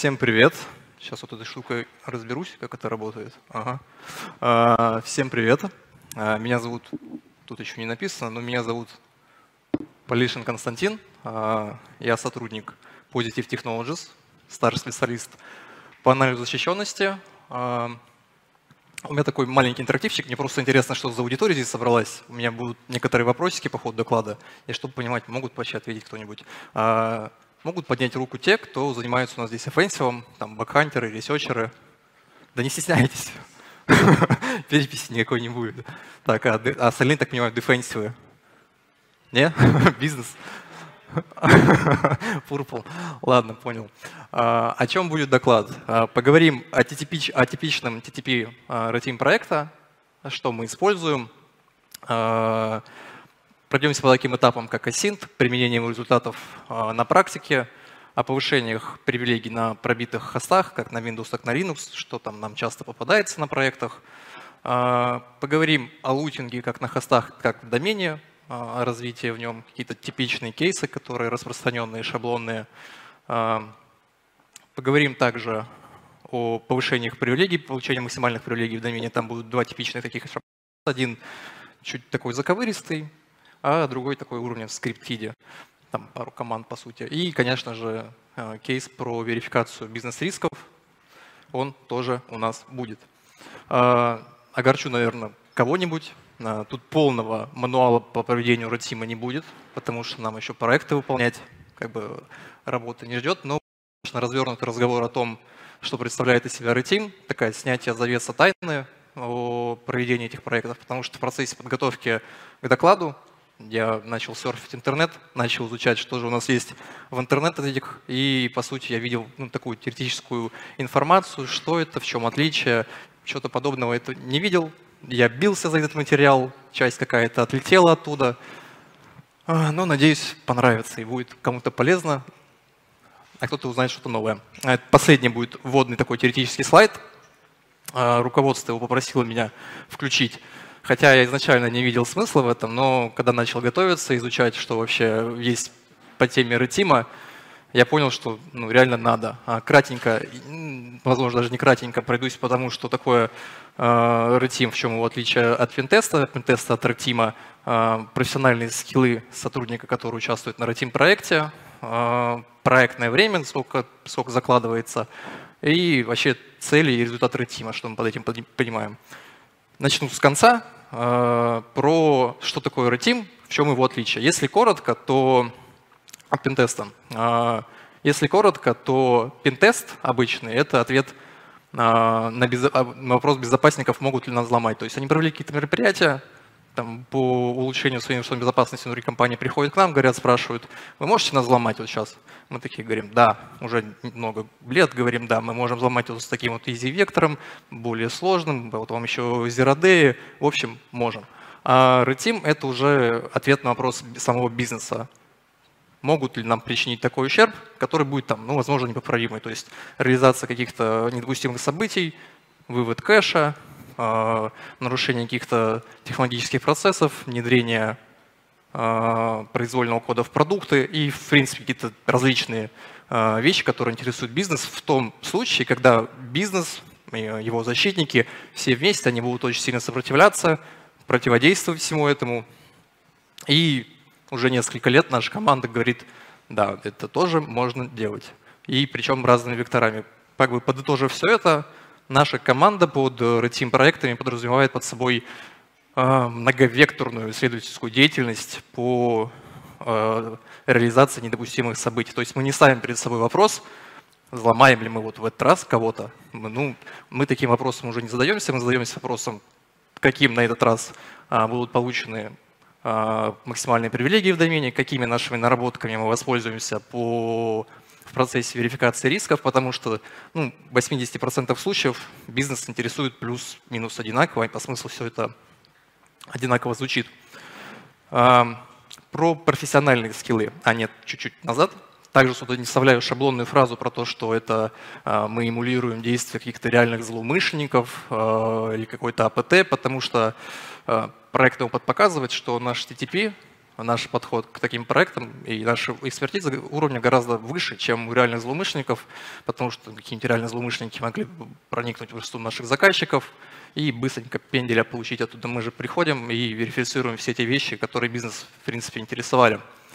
Всем привет. Сейчас вот этой штукой разберусь, как это работает. Ага. Всем привет. Меня зовут, тут еще не написано, но меня зовут Полишин Константин. Я сотрудник Positive Technologies, старший специалист по анализу защищенности. У меня такой маленький интерактивчик. Мне просто интересно, что за аудитория здесь собралась. У меня будут некоторые вопросики по ходу доклада. И чтобы понимать, могут вообще ответить кто-нибудь. Могут поднять руку те, кто занимается у нас здесь оффенсивом, там бэкхантеры, ресерчеры. Да не стесняйтесь. Переписи никакой не будет. Так, а остальные, так понимаю, дефенсивы. Не? Бизнес? Purple. Ладно, понял. О чем будет доклад? Поговорим о типичном TTP routine проекта, что мы используем. Пройдемся по таким этапам, как async, применением результатов на практике, о повышениях привилегий на пробитых хостах, как на Windows, так на Linux, что там нам часто попадается на проектах. Поговорим о лутинге как на хостах, так и в домене, о развитии в нем, какие-то типичные кейсы, которые распространенные, шаблонные. Поговорим также о повышениях привилегий, получении максимальных привилегий в домене. Там будут два типичных таких. Один чуть такой заковыристый, а другой такой уровня в скрипт-фиде. Там пару команд, по сути. И, конечно же, кейс про верификацию бизнес-рисков, он тоже у нас будет. Огорчу, наверное, кого-нибудь. Тут полного мануала по проведению RED-тима не будет, потому что нам еще проекты выполнять, как бы работа не ждет. Но, конечно, развернутый разговор о том, что представляет из себя RED-тим, такая снятие завеса тайны о проведении этих проектов, потому что в процессе подготовки к докладу я начал серфить интернет, начал изучать, что же у нас есть в интернет-этих, и, по сути, я видел такую теоретическую информацию, что это, в чем отличие, чего-то подобного это не видел. Я бился за этот материал, часть какая-то отлетела оттуда, но, надеюсь, понравится и будет кому-то полезно, а кто-то узнает что-то новое. Последний будет вводный такой теоретический слайд. Руководство его попросило меня включить. Хотя я изначально не видел смысла в этом, но когда начал готовиться, изучать, что вообще есть по теме RED-тима, я понял, что реально надо. Кратенько, возможно, даже не кратенько, пройдусь потому, что такое RED-тим, в чем его отличие от пентеста от RED-тима, профессиональные скиллы сотрудника, который участвует на RED-тим проекте, проектное время, сколько закладывается, и вообще цели и результат RED-тима, что мы под этим понимаем. Начну с конца, про что такое RED-тим, в чем его отличие. Если коротко, то от пентеста. Если коротко, то пентест обычный – это ответ на вопрос безопасников, могут ли нас взломать. То есть они провели какие-то мероприятия там, по улучшению своей информационной безопасности внутри компании, приходят к нам, говорят, спрашивают, вы можете нас взломать вот сейчас? Мы такие говорим, да, уже много лет говорим, да, мы можем взломать вот с таким вот easy-вектором, более сложным, вот вам еще Zero Day, в общем, можем. А RED-тим – это уже ответ на вопрос самого бизнеса. Могут ли нам причинить такой ущерб, который будет, там, возможно, непоправимый. То есть реализация каких-то недопустимых событий, вывод кэша, нарушение каких-то технологических процессов, внедрение произвольного кода в продукты и, в принципе, какие-то различные вещи, которые интересуют бизнес в том случае, когда бизнес, его защитники, все вместе, они будут очень сильно сопротивляться, противодействовать всему этому. И уже несколько лет наша команда говорит, да, это тоже можно делать. И причем разными векторами. Как бы подытожив все это, наша команда под RED-тим проектами подразумевает под собой многовекторную исследовательскую деятельность по реализации недопустимых событий. То есть мы не ставим перед собой вопрос, взломаем ли мы вот в этот раз кого-то. Мы таким вопросом уже не задаемся, мы задаемся вопросом, каким на этот раз будут получены максимальные привилегии в домене, какими нашими наработками мы воспользуемся в процессе верификации рисков, потому что в 80% случаев бизнес интересует плюс-минус одинаково, и по смыслу все это одинаково звучит. Про профессиональные скиллы, нет, чуть-чуть назад. Также сюда не вставляю шаблонную фразу про то, что это мы эмулируем действия каких-то реальных злоумышленников или какой-то АПТ, потому что проектный опыт показывает, что наш TTP наш подход к таким проектам и наша экспертиза уровня гораздо выше, чем у реальных злоумышленников, потому что какие-нибудь реальные злоумышленники могли проникнуть в росту наших заказчиков и быстренько пенделя получить оттуда. Мы же приходим и верифицируем все те вещи, которые бизнес в принципе интересовали.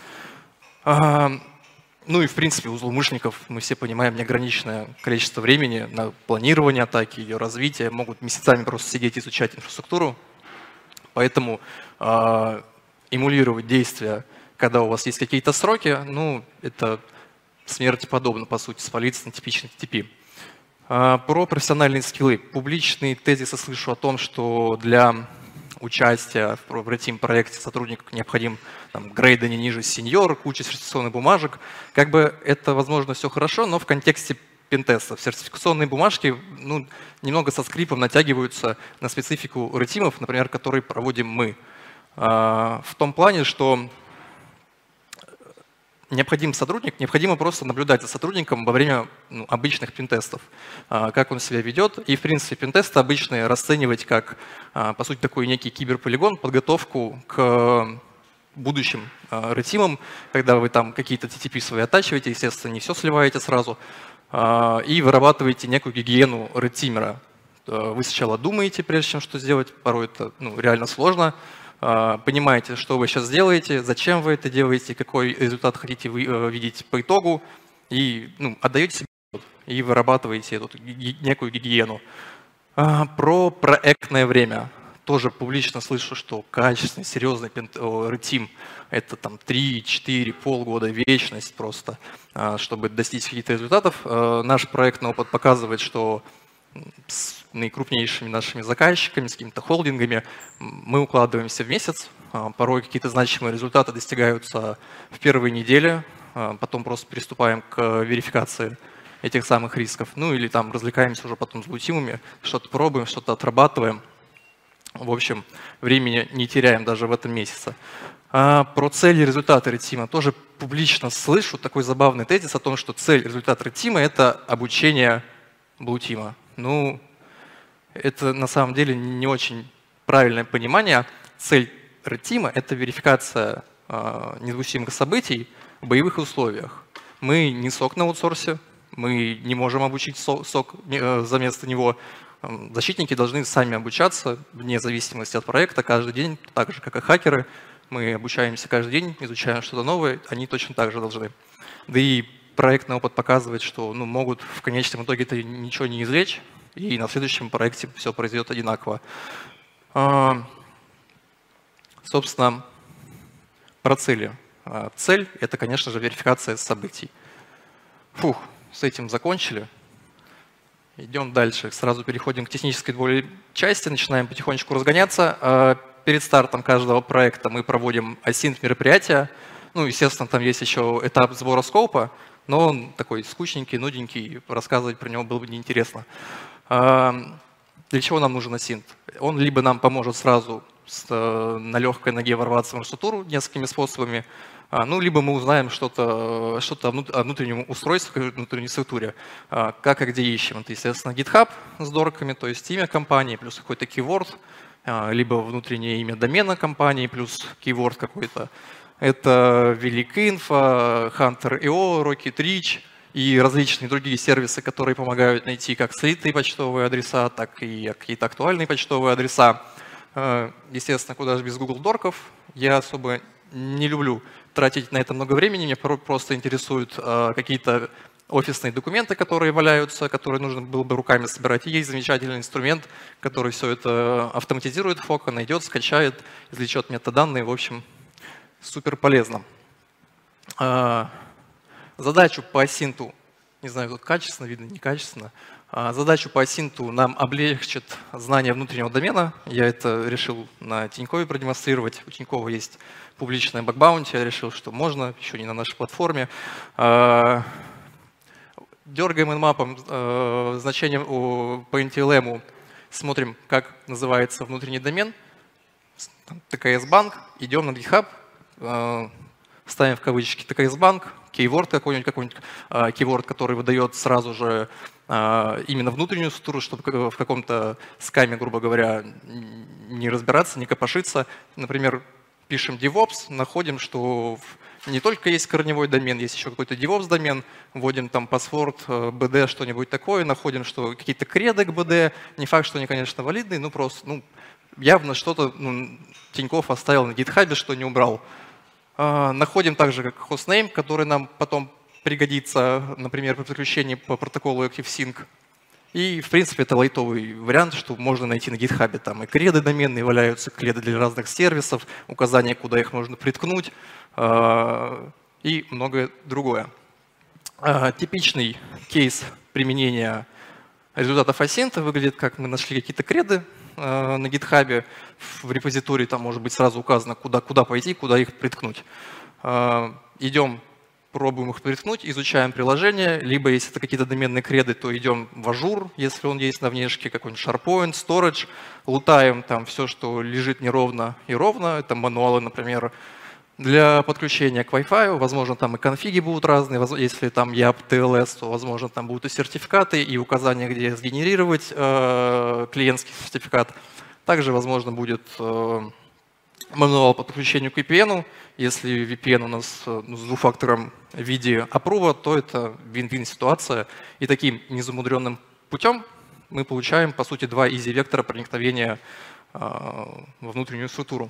Ну и в принципе у злоумышленников, мы все понимаем, неограниченное количество времени на планирование атаки, ее развитие, могут месяцами просто сидеть и изучать инфраструктуру. Поэтому эмулировать действия, когда у вас есть какие-то сроки, ну это смерти подобно, по сути, свалиться на типичный TTP. Про профессиональные скиллы. Публичные тезисы слышу о том, что для участия в Red проекте сотрудник необходим грейда не ниже сеньор, куча сертификационных бумажек. Как бы это, возможно, все хорошо, но в контексте пентестов. Сертификационные бумажки немного со скрипом натягиваются на специфику Red, например, которые проводим мы. В том плане, что необходим сотрудник, необходимо просто наблюдать за сотрудником во время обычных пентестов, как он себя ведет. И, в принципе, пентесты обычные расценивать как, по сути, такой некий киберполигон, подготовку к будущим ретимам, когда вы там какие-то TTP свои оттачиваете, естественно, не все сливаете сразу, и вырабатываете некую гигиену ретимера. Вы сначала думаете, прежде чем что сделать, порой это реально сложно, понимаете, что вы сейчас делаете, зачем вы это делаете, какой результат хотите видеть по итогу, и отдаете себе и вырабатываете эту некую гигиену. Про проектное время. Тоже публично слышу, что качественный, серьезный ретим — это там 3-4, полгода, вечность просто, чтобы достичь каких-то результатов. Наш проектный опыт показывает, что с наикрупнейшими нашими заказчиками, с какими-то холдингами мы укладываемся в месяц. Порой какие-то значимые результаты достигаются в первые недели, потом просто приступаем к верификации этих самых рисков. Ну или там развлекаемся уже потом с блутимами, что-то пробуем, что-то отрабатываем. В общем, времени не теряем даже в этом месяце. Про цели и результаты редтима тоже публично слышу такой забавный тезис о том, что цель и результат редтима — это обучение блутима. Ну, это на самом деле не очень правильное понимание. Цель редтима — это верификация недопустимых событий в боевых условиях. Мы не сок на аутсорсе, мы не можем обучить сок за место него. Защитники должны сами обучаться вне зависимости от проекта каждый день, так же, как и хакеры. Мы обучаемся каждый день, изучаем что-то новое, они точно так же должны. Да и проектный опыт показывает, что могут в конечном итоге это ничего не извлечь, и на следующем проекте все произойдет одинаково. Собственно, про цели. Цель — это, конечно же, верификация событий. Фух, с этим закончили. Идем дальше. Сразу переходим к технической более части, начинаем потихонечку разгоняться. Перед стартом каждого проекта мы проводим асинт мероприятия. Естественно, там есть еще этап сбора скопа, но он такой скучненький, нудненький, рассказывать про него было бы неинтересно. Для чего нам нужен асинт? Он либо нам поможет сразу на легкой ноге ворваться в инфраструктуру несколькими способами, либо мы узнаем что-то о внутреннем устройстве, внутренней структуре, как и где ищем. Это, естественно, GitHub с дорками, то есть имя компании плюс какой-то keyword, либо внутреннее имя домена компании плюс keyword какой-то. Это Великинфо, Hunter.io, Rocket.Reach и различные другие сервисы, которые помогают найти как слитые почтовые адреса, так и какие-то актуальные почтовые адреса. Естественно, куда же без Google дорков. Я особо не люблю тратить на это много времени, меня просто интересуют какие-то офисные документы, которые валяются, которые нужно было бы руками собирать. И есть замечательный инструмент, который все это автоматизирует, фока найдет, скачает, извлечет метаданные. В общем, супер полезно. Задачу по асинту, не знаю, тут качественно видно, некачественно. Задачу по асинту нам облегчит знание внутреннего домена. Я это решил на Тинькове продемонстрировать. У Тинькова есть публичная баг-баунти. Я решил, что можно, еще не на нашей платформе. Дергаем nmap значение по NTLM, смотрим, как называется внутренний домен. ТКС-банк, идем на GitHub, ставим в кавычки ТКС-банк, keyword какой-нибудь keyword, который выдает сразу же именно внутреннюю структуру, чтобы в каком-то скаме, грубо говоря, не разбираться, не копошиться. Например, пишем DevOps, находим, что не только есть корневой домен, есть еще какой-то DevOps домен, вводим там паспорт, BD, что-нибудь такое, находим, что какие-то креды к BD, не факт, что они, конечно, валидные, ну просто явно что-то Тинькофф оставил на GitHub, что не убрал. Находим также как хостнейм, который нам потом пригодится, например, при подключении по протоколу ActiveSync. И, в принципе, это лайтовый вариант, что можно найти на GitHub. Там и креды доменные валяются, креды для разных сервисов, указания, куда их можно приткнуть и многое другое. Типичный кейс применения результатов асинта выглядит, как мы нашли какие-то креды на GitHub. В репозитории там может быть сразу указано, куда пойти, куда их приткнуть. Идем, пробуем их приткнуть, изучаем приложение, либо если это какие-то доменные креды, то идем в Azure, если он есть на внешке, какой-нибудь SharePoint, Storage, лутаем там все, что лежит неровно и ровно, это мануалы, например, для подключения к Wi-Fi, возможно, там и конфиги будут разные, если там YAP, TLS, то, возможно, там будут и сертификаты, и указания, где сгенерировать клиентский сертификат. Также, возможно, будет мануал по подключению к VPN. Если VPN у нас с двухфактором в виде аппрува, то это win-win ситуация. И таким незамудренным путем мы получаем, по сути, два easy-вектора проникновения во внутреннюю структуру.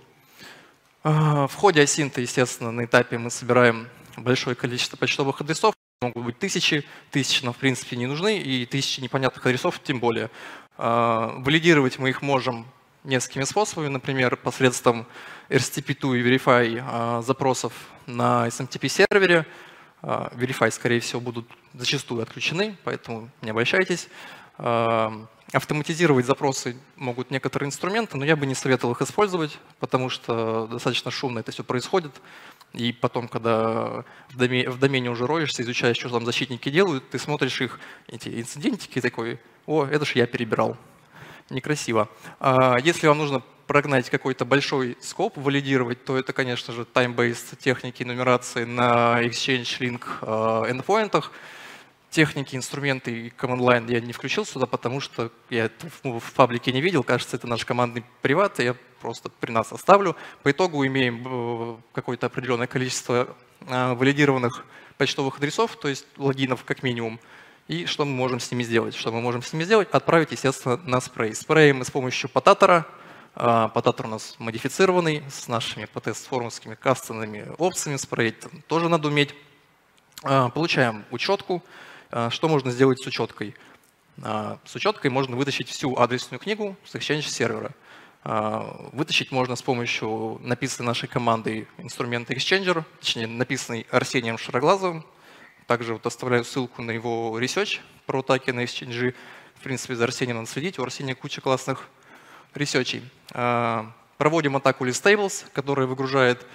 В ходе асинта, естественно, на этапе мы собираем большое количество почтовых адресов. Могут быть тысячи нам, в принципе, не нужны, и тысячи непонятных адресов тем более. Валидировать мы их можем несколькими способами, например, посредством RSTP2 и Verify запросов на SMTP-сервере. Verify, скорее всего, будут зачастую отключены, поэтому не обольщайтесь. Автоматизировать запросы могут некоторые инструменты, но я бы не советовал их использовать, потому что достаточно шумно это все происходит. И потом, когда в домене уже роешься, изучаешь, что там защитники делают, ты смотришь их, эти инцидентики, такой, о, это же я перебирал. Некрасиво. Если вам нужно прогнать какой-то большой скоп, валидировать, то это, конечно же, time-based техники нумерации на Exchange Link endpoint'ах. Техники, инструменты и command line я не включил сюда, потому что я это в паблике не видел. Кажется, это наш командный приват, и я просто при нас оставлю. По итогу имеем какое-то определенное количество валидированных почтовых адресов, то есть логинов как минимум. И что мы можем с ними сделать? Что мы можем с ними сделать? Отправить, естественно, на спрей. Спреем мы с помощью потатора. Потатор у нас модифицированный, с нашими ПТС-формовскими кастомными опциями. Спрей тоже надо уметь. Получаем учетку. Что можно сделать с учеткой? С учеткой можно вытащить всю адресную книгу с Exchange сервера. Вытащить можно с помощью написанной нашей командой инструмента Exchanger, точнее написанный Арсением Шароглазовым. Также вот оставляю ссылку на его research про атаки на Exchange. В принципе, за Арсением надо следить, у Арсения куча классных ресерчей. Проводим атаку listables, которая выгружает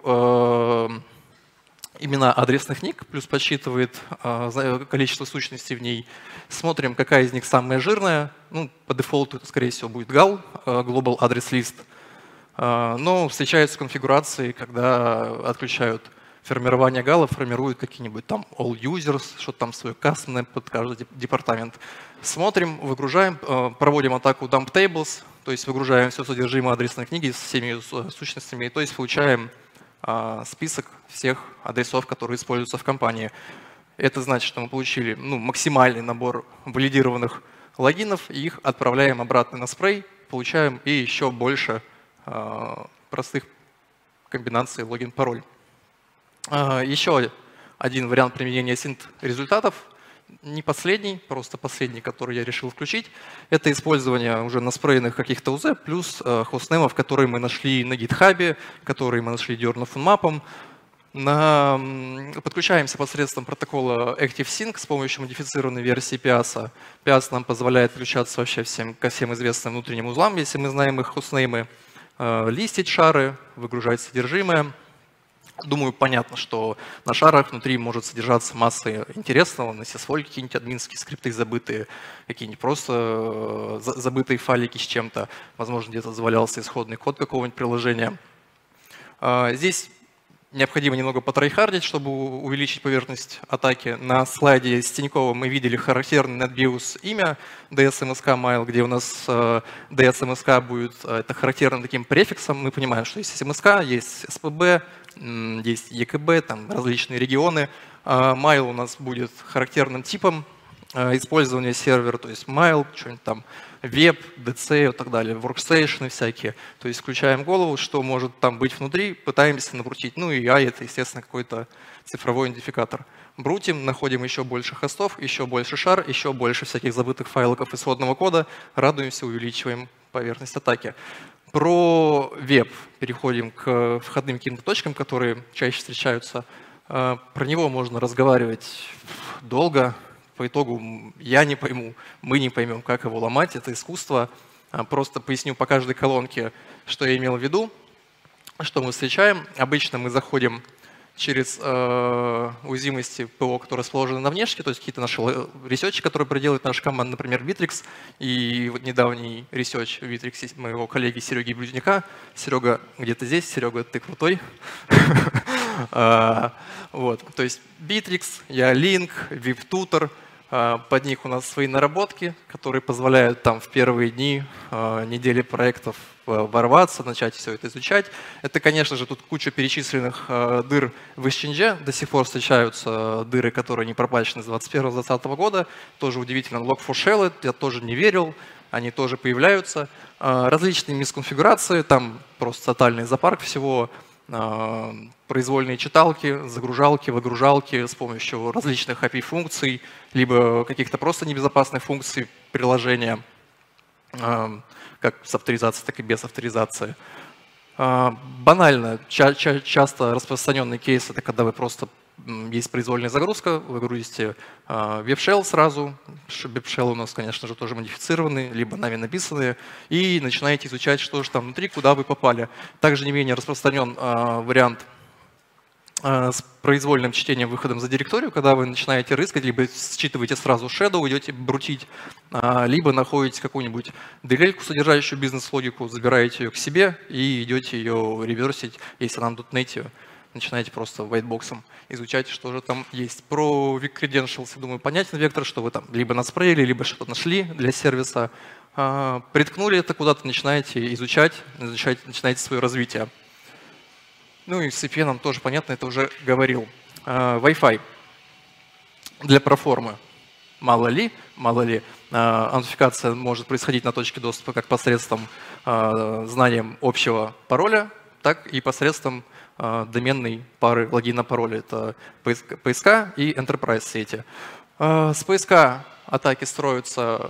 имена адресных книг, плюс подсчитывает количество сущностей в ней. Смотрим, какая из них самая жирная. Ну, по дефолту это, скорее всего, будет GAL, Global Address List. Но встречаются конфигурации, когда отключают формирование GAL, формируют какие-нибудь там all users, что-то там свое кастомное под каждый департамент. Смотрим, выгружаем, проводим атаку dump tables, то есть выгружаем все содержимое адресной книги с всеми сущностями, то есть получаем список всех адресов, которые используются в компании. Это значит, что мы получили максимальный набор валидированных логинов, и их отправляем обратно на спрей, получаем и еще больше простых комбинаций логин-пароль. Еще один вариант применения синт-результатов, не последний, просто последний, который я решил включить, это использование уже наспрейных каких-то УЗ плюс хостнемов, которые мы нашли на GitHub, которые мы нашли Diurnal Funmap. Подключаемся посредством протокола ActiveSync с помощью модифицированной версии PIAS. PIAS нам позволяет включаться вообще ко всем известным внутренним узлам, если мы знаем их хостнеймы, листить шары, выгружать содержимое. Думаю, понятно, что на шарах внутри может содержаться масса интересного, на сysvol какие-нибудь админские скрипты забытые, какие-нибудь просто забытые файлики с чем-то. Возможно, где-то завалялся исходный код какого-нибудь приложения. Здесь необходимо немного потрайхардить, чтобы увеличить поверхность атаки. На слайде с Тинькова мы видели характерный NetBIOS имя DSMSK-mail, где у нас DSMSK будет это характерным таким префиксом. Мы понимаем, что есть SMSK, есть SPB, есть EKB, там различные регионы. Mail у нас будет характерным типом использования сервера, то есть mail, что-нибудь там, веб, DC и так далее, workstation всякие. То есть включаем голову, что может там быть внутри, пытаемся накрутить. Ну и I — это, естественно, какой-то цифровой идентификатор. Брутим, находим еще больше хостов, еще больше шар, еще больше всяких забытых файликов исходного кода, радуемся, увеличиваем поверхность атаки. Про веб переходим к входным каким-то точкам, которые чаще встречаются. Про него можно разговаривать долго. По итогу я не пойму, мы не поймем, как его ломать. Это искусство. Просто поясню по каждой колонке, что я имел в виду, что мы встречаем. Обычно мы заходим через уязвимости ПО, которые расположены на внешке, то есть какие-то наши ресерчи, которые проделывает наша команда, например, Bittrex. И вот недавний ресерч в Bittrex моего коллеги Сереги Блюдника. Серега где-то здесь. Серега, ты крутой. Вот. То есть Bittrex, Link, WebTutor. Под них у нас свои наработки, которые позволяют там в первые дни, недели проектов ворваться, начать все это изучать. Это, конечно же, тут куча перечисленных дыр в Exchange. До сих пор встречаются дыры, которые не пропачены с 2021-2020 года. Тоже удивительно. Log4Shell, я тоже не верил, они тоже появляются. Различные мисконфигурации, там просто тотальный зоопарк всего. Произвольные читалки, загружалки, выгружалки с помощью различных API-функций, либо каких-то просто небезопасных функций приложения, как с авторизацией, так и без авторизации. Банально, часто распространенный кейс — это когда вы просто есть произвольная загрузка, вы грузите WebShell сразу, WebShell у нас, конечно же, тоже модифицированный, либо нами написанные, и начинаете изучать, что же там внутри, куда вы попали. Также не менее распространен вариант с произвольным чтением, выходом за директорию, когда вы начинаете рыскать, либо считываете сразу shadow, идете брутить, либо находите какую-нибудь DLL-ку, содержащую бизнес-логику, забираете ее к себе и идете ее реверсить, если она тут native. Начинаете просто whiteboxом изучать, что же там есть. Про Weak Credentials, я думаю, понятен вектор, что вы там либо наспреили, либо что-то нашли для сервиса. Приткнули это куда-то, начинаете изучать, начинаете свое развитие. Ну и с VPN тоже понятно, это уже говорил. Wi-Fi для проформы. Мало ли, аутентификация может происходить на точке доступа как посредством знанием общего пароля, так и посредством доменной пары логина пароля. Это PSK и Enterprise сети. С PSK атаки строятся,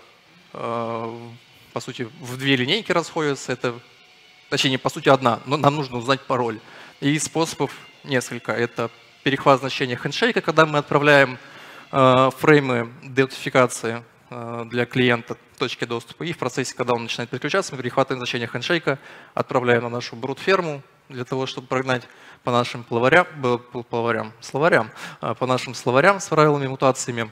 по сути, в две линейки расходятся. Это, точнее, по сути, одна, но нам нужно узнать пароль. И способов несколько. Это перехват значения хендшейка, когда мы отправляем фреймы деаутентификации для клиента точки доступа. И в процессе, когда он начинает переключаться, мы перехватываем значение хендшейка, отправляем на нашу брут-ферму для того, чтобы прогнать по нашим словарям, по нашим словарям с правилами мутациями.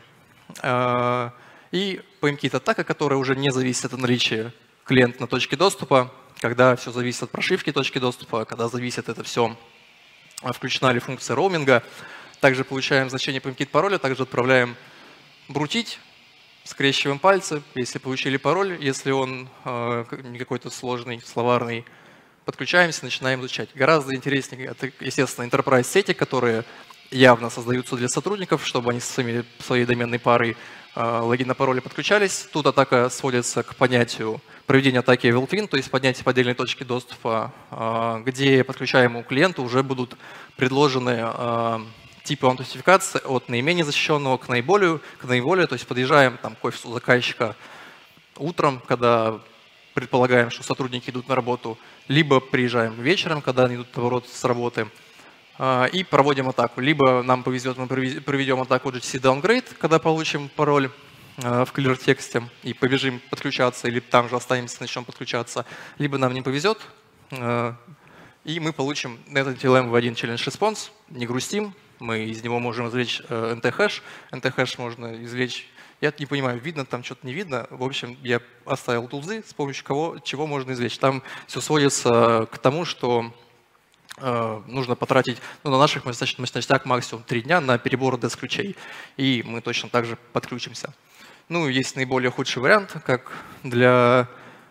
И PageKit-атака, которая уже не зависит от наличия клиента на точке доступа, когда все зависит от прошивки точки доступа, когда зависит это все, включена ли функция роуминга. Также получаем значение PageKit-пароля, также отправляем брутить, скрещиваем пальцы, если получили пароль, если он не какой-то сложный, словарный, подключаемся, начинаем изучать. Гораздо интереснее, это, естественно, enterprise сети, которые явно создаются для сотрудников, чтобы они со своей доменной парой логина пароля подключались. Тут атака сводится к понятию проведения атаки Evil Twin, то есть поднятие по отдельной точке доступа, где подключаемому клиенту уже будут предложены типы аутентификации от наименее защищенного к наиболее, то есть подъезжаем там, к офису заказчика утром, когда предполагаем, что сотрудники идут на работу, либо приезжаем вечером, когда они идут, наоборот, с работы, и проводим атаку. Либо нам повезет, мы проведем атаку GTC Downgrade, когда получим пароль в clear-тексте и побежим подключаться, или там же останемся, начнем подключаться. Либо нам не повезет, и мы получим NetNTLM в один challenge response, не грустим, мы из него можем извлечь NT-хэш. NT-хэш можно извлечь, я не понимаю, видно там, что-то не видно. В общем, я оставил тулзы, с помощью чего можно извлечь. Там все сводится к тому, что нужно потратить, на наших мощностях максимум 3 дня на перебор DES-ключей. И мы точно так же подключимся. Есть наиболее худший вариант, как для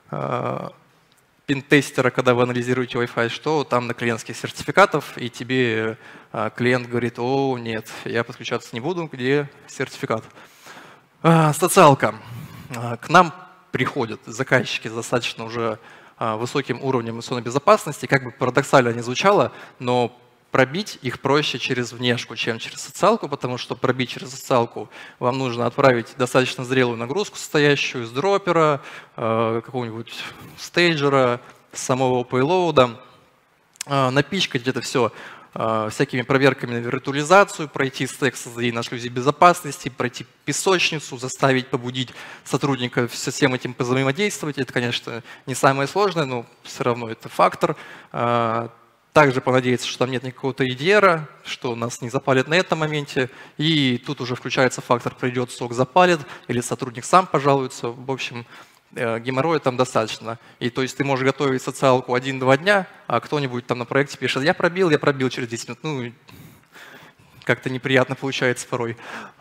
пин-тестера, когда вы анализируете Wi-Fi, что там на клиентских сертификатов, и тебе клиент говорит: о, нет, я подключаться не буду, где сертификат. Социалка. К нам приходят заказчики с достаточно уже высоким уровнем информационной безопасности. Как бы парадоксально не звучало, но пробить их проще через внешку, чем через социалку, потому что пробить через социалку вам нужно отправить достаточно зрелую нагрузку, состоящую из дроппера, какого-нибудь стейджера, самого payload, напичкать это все всякими проверками на виртуализацию, пройти стек SSD на шлюзе безопасности, пройти песочницу, заставить, побудить сотрудников со всем этим взаимодействовать. Это, конечно, не самое сложное, но все равно это фактор. Также понадеяться, что там нет никакого-то EDR, что нас не запалит на этом моменте. И тут уже включается фактор: придет сок, запалит, или сотрудник сам пожалуется. В общем, геморроя там достаточно. И то есть ты можешь готовить социалку 1-2 дня, а кто-нибудь там на проекте пишет: я пробил через 10 минут. Как-то неприятно получается порой.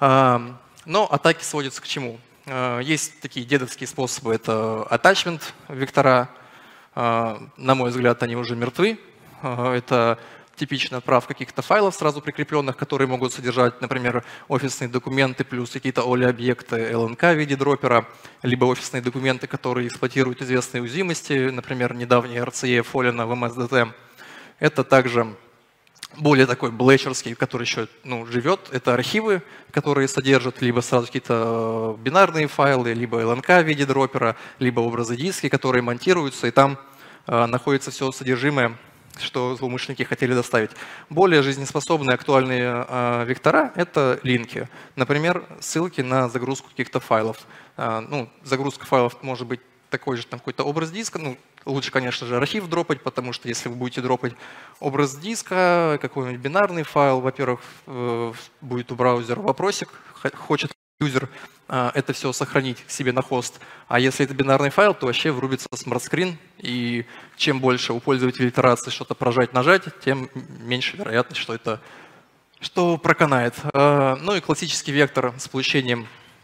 Но атаки сводятся к чему? Есть такие дедовские способы. Это attachment вектора. На мой взгляд, они уже мертвы. Это типичная отправка каких-то файлов сразу прикрепленных, которые могут содержать, например, офисные документы плюс какие-то OLE-объекты LNK в виде дроппера, либо офисные документы, которые эксплуатируют известные уязвимости, например, недавний RCE Fallen в MSDT. Это также более такой блэчерский, который еще живет. Это архивы, которые содержат либо сразу какие-то бинарные файлы, либо LNK в виде дроппера, либо образы диски, которые монтируются, и там находится все содержимое, что злоумышленники хотели доставить. Более жизнеспособные, актуальные вектора — это линки. Например, ссылки на загрузку каких-то файлов. Загрузка файлов может быть такой же, там какой-то образ диска. Лучше, конечно же, архив дропать, потому что если вы будете дропать образ диска, какой-нибудь бинарный файл, во-первых, будет у браузера вопросик, хочет юзер это все сохранить себе на хост. А если это бинарный файл, то вообще врубится смарт-скрин, и чем больше у пользователя итерации что-то прожать-нажать, тем меньше вероятность, что проканает. И классический вектор с получением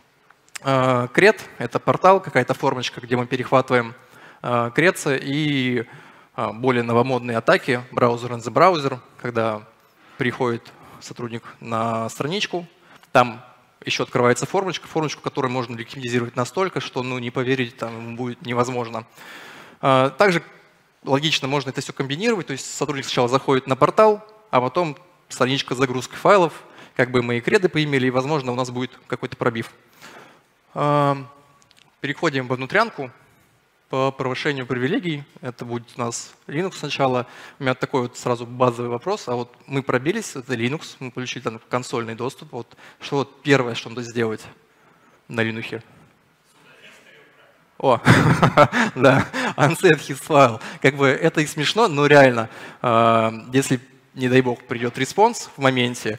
кред — это портал, какая-то формочка, где мы перехватываем кредсы, и более новомодные атаки, браузер in the browser, когда приходит сотрудник на страничку, там еще открывается формочку, которую можно ликвидизировать настолько, что не поверить там ему будет невозможно. Также логично можно это все комбинировать, то есть сотрудник сначала заходит на портал, а потом страничка с загрузкой файлов, как бы мы и креды поимели, и, возможно, у нас будет какой-то пробив. Переходим во внутрянку по повышению привилегий. Это будет у нас Linux сначала. У меня такой вот сразу базовый вопрос. А вот мы пробились, это Linux, мы получили там консольный доступ. Что первое, что надо сделать на Linux? О, да, unset his file. Как бы это и смешно, но реально, если, не дай бог, придет респонс в моменте,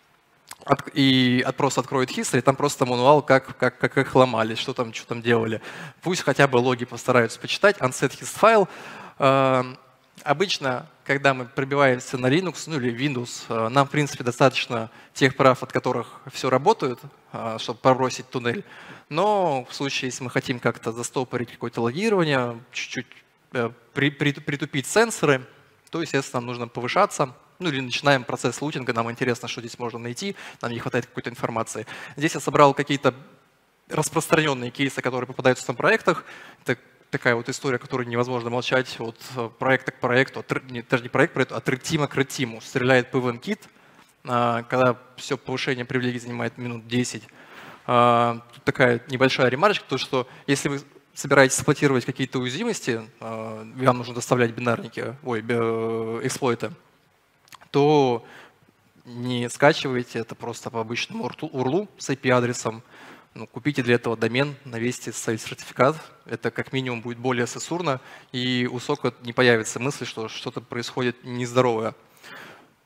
и просто откроет history, там просто мануал, как их ломали, что там делали. Пусть хотя бы логи постараются почитать. Unset his file. Обычно, когда мы пробиваемся на Linux или Windows, нам, в принципе, достаточно тех прав, от которых все работает, чтобы пробросить туннель. Но в случае, если мы хотим как-то застопорить какое-то логирование, чуть-чуть притупить сенсоры, то, естественно, нам нужно повышаться. Или начинаем процесс лутинга, нам интересно, что здесь можно найти, нам не хватает какой-то информации. Здесь я собрал какие-то распространенные кейсы, которые попадаются на проектах. Это такая вот история, которую невозможно молчать от проекта к проекту, даже не проект к проекту, от редтима к редтиму. Стреляет PVM-кит, когда все повышение привилегий занимает минут 10. Тут такая небольшая ремарочка, то что если вы собираетесь эксплуатировать какие-то уязвимости, вам нужно доставлять бинарники, эксплойты, то не скачивайте это просто по обычному URL с IP-адресом. Купите для этого домен, навесьте сертификат. Это как минимум будет более сенсурно, и у сока не появится мысли, что что-то происходит нездоровое.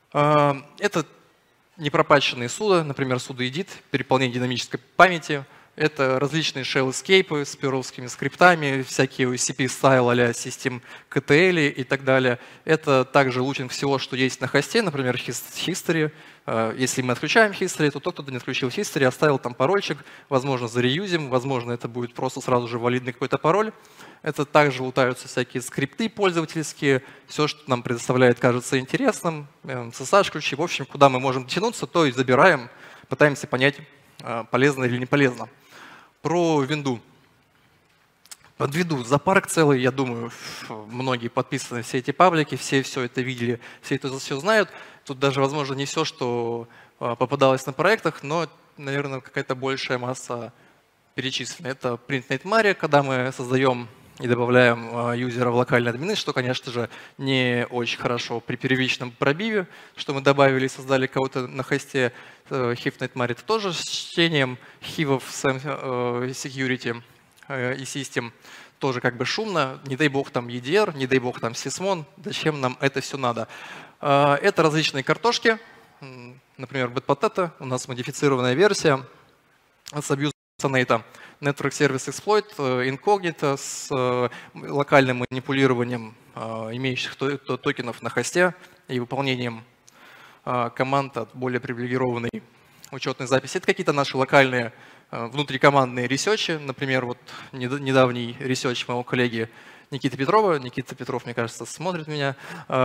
Это непропатченные суда, например, sudo edit, переполнение динамической памяти. Это различные shell-эскейпы с перловскими скриптами, всякие CP-стайл а-ля system.ktl и так далее. Это также лутинг всего, что есть на хосте, например, history. Если мы отключаем history, то тот, кто не отключил history, оставил там парольчик, возможно, зареюзим, возможно, это будет просто сразу же валидный какой-то пароль. Это также лутаются всякие скрипты пользовательские, все, что нам предоставляет, кажется интересным, SSH-ключи. В общем, куда мы можем тянуться, то и забираем, пытаемся понять, полезно или не полезно. Про винду. Подведу зоопарк целый, я думаю, многие подписаны все эти паблики, все это видели, все это все знают. Тут даже, возможно, не все, что попадалось на проектах, но, наверное, какая-то большая масса перечислена. Это print.net-mare, когда мы создаем и добавляем юзера в локальный админы, что, конечно же, не очень хорошо при первичном пробиве, что мы добавили и создали кого-то на хосте. HIF.net-mare это тоже с чтением хивов security и систем. Тоже как бы шумно. Не дай бог там EDR, не дай бог там Sysmon. Зачем нам это все надо? Это различные картошки. Например, BadPotato. У нас модифицированная версия с абьюзом Sonata. Network Service Exploit, Incognito с локальным манипулированием имеющих токенов на хосте и выполнением команд от более привилегированной учетной записи. Это какие-то наши локальные внутрикомандные ресерчи. Например, вот недавний ресерч моего коллеги Никиты Петрова. Никита Петров, мне кажется, смотрит меня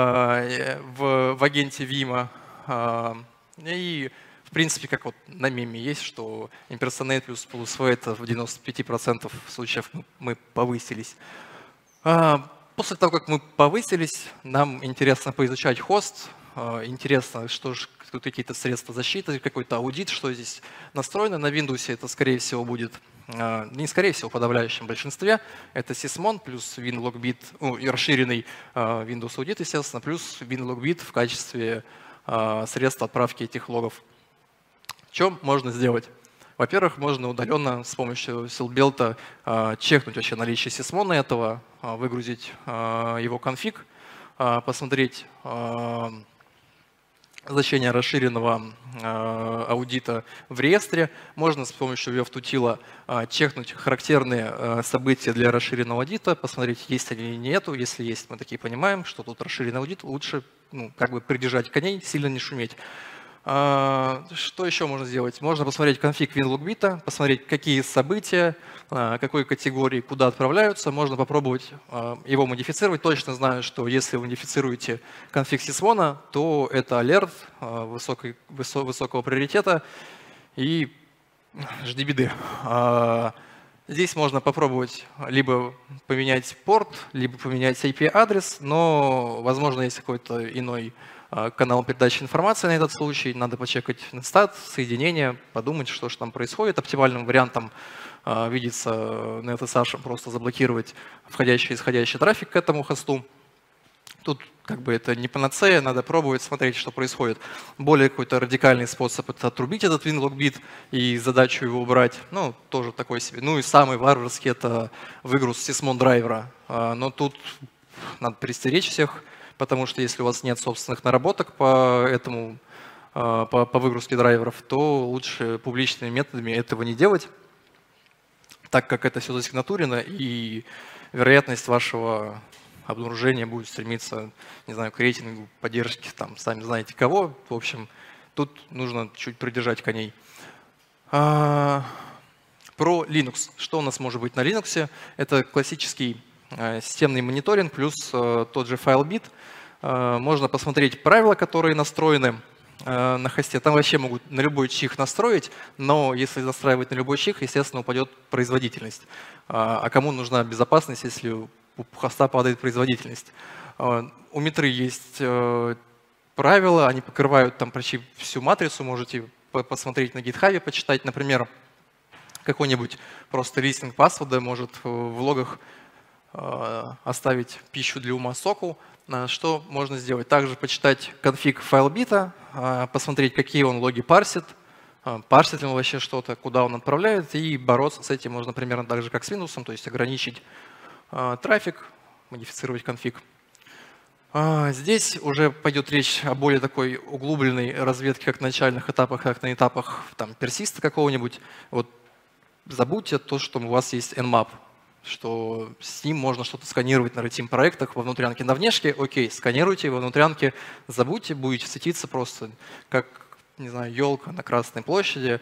в агенте Вима. И в принципе, как вот на меме есть, что impersonate плюс V это в 95% случаев мы повысились. После того, как мы повысились, нам интересно поизучать хост, интересно, что же тут какие-то средства защиты, какой-то аудит, что здесь настроено. На Windows это, скорее всего, будет, не скорее всего, в подавляющем большинстве. Это Sysmon плюс WinLogbit, и расширенный Windows аудит, естественно, плюс WinLogbit в качестве средства отправки этих логов. Что можно сделать? Во-первых, можно удаленно с помощью SilBelt чекнуть вообще наличие Sysmon этого, выгрузить его конфиг, посмотреть значение расширенного аудита в реестре. Можно с помощью WebTutila чекнуть характерные события для расширенного аудита, посмотреть, есть они или нету. Если есть, мы такие понимаем, что тут расширенный аудит, лучше как бы придержать коней, сильно не шуметь. Что еще можно сделать? Можно посмотреть конфиг WinLogbit, посмотреть, какие события, какой категории, куда отправляются. Можно попробовать его модифицировать. Точно знаю, что если вы модифицируете конфиг Sysmon, то это алерт высокого приоритета и жди беды. Здесь можно попробовать либо поменять порт, либо поменять IP-адрес, но, возможно, есть какой-то иной канал передачи информации на этот случай. Надо почекать стат, соединение, подумать, что же там происходит. Оптимальным вариантом видится на SSH просто заблокировать входящий и исходящий трафик к этому хосту. Тут как бы это не панацея, надо пробовать, смотреть, что происходит. Более какой-то радикальный способ — это отрубить этот WinLogbit и задачу его убрать. Ну, тоже такой себе. Ну и самый варварский — это выгруз Sysmon драйвера. Но тут надо предостеречь всех, потому что если у вас нет собственных наработок по выгрузке драйверов, то лучше публичными методами этого не делать, так как это все засигнатурено, и вероятность вашего обнаружения будет стремиться, не знаю, к рейтингу поддержки, там, сами знаете кого. В общем, тут нужно чуть придержать коней. Про Linux. Что у нас может быть на Linux? Это классический системный мониторинг плюс тот же FileBit. Можно посмотреть правила, которые настроены на хосте. Там вообще могут на любой чих настроить, но если настраивать на любой чих, естественно, упадет производительность. А кому нужна безопасность, если у хоста падает производительность? У Метры есть правила, они покрывают там почти всю матрицу, можете посмотреть на GitHub, почитать, например, какой-нибудь просто листинг паспорта может в логах оставить пищу для ума соку. Что можно сделать? Также почитать конфиг FileBit, посмотреть, какие он логи парсит, парсит ли он вообще что-то, куда он отправляет, и бороться с этим можно примерно так же, как с Windows, то есть ограничить трафик, модифицировать конфиг. Здесь уже пойдет речь о более такой углубленной разведке как на начальных этапах, как на этапах персиста какого-нибудь. Вот забудьте то, что у вас есть Nmap, что с ним можно что-то сканировать на Red Team проектах во внутрянке. На внешке, окей, сканируйте во внутрянке, забудьте, будете светиться просто как, не знаю, елка на Красной площади.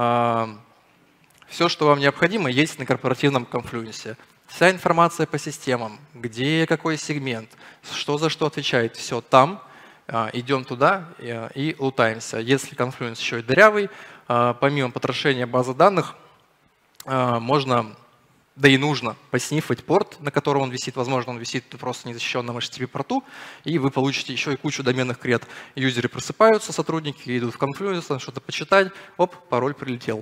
Все, что вам необходимо, есть на корпоративном конфлюенсе. Вся информация по системам, где какой сегмент, что за что отвечает, все там. Идем туда и лутаемся. Если конфлюенс еще и дырявый, помимо потрошения базы данных, можно, да и нужно, поснифать порт, на котором он висит. Возможно, он висит в просто незащищенном HTTP-порту, и вы получите еще и кучу доменных кред. Юзеры просыпаются, сотрудники идут в конфлюенс, что-то почитать, оп, пароль прилетел.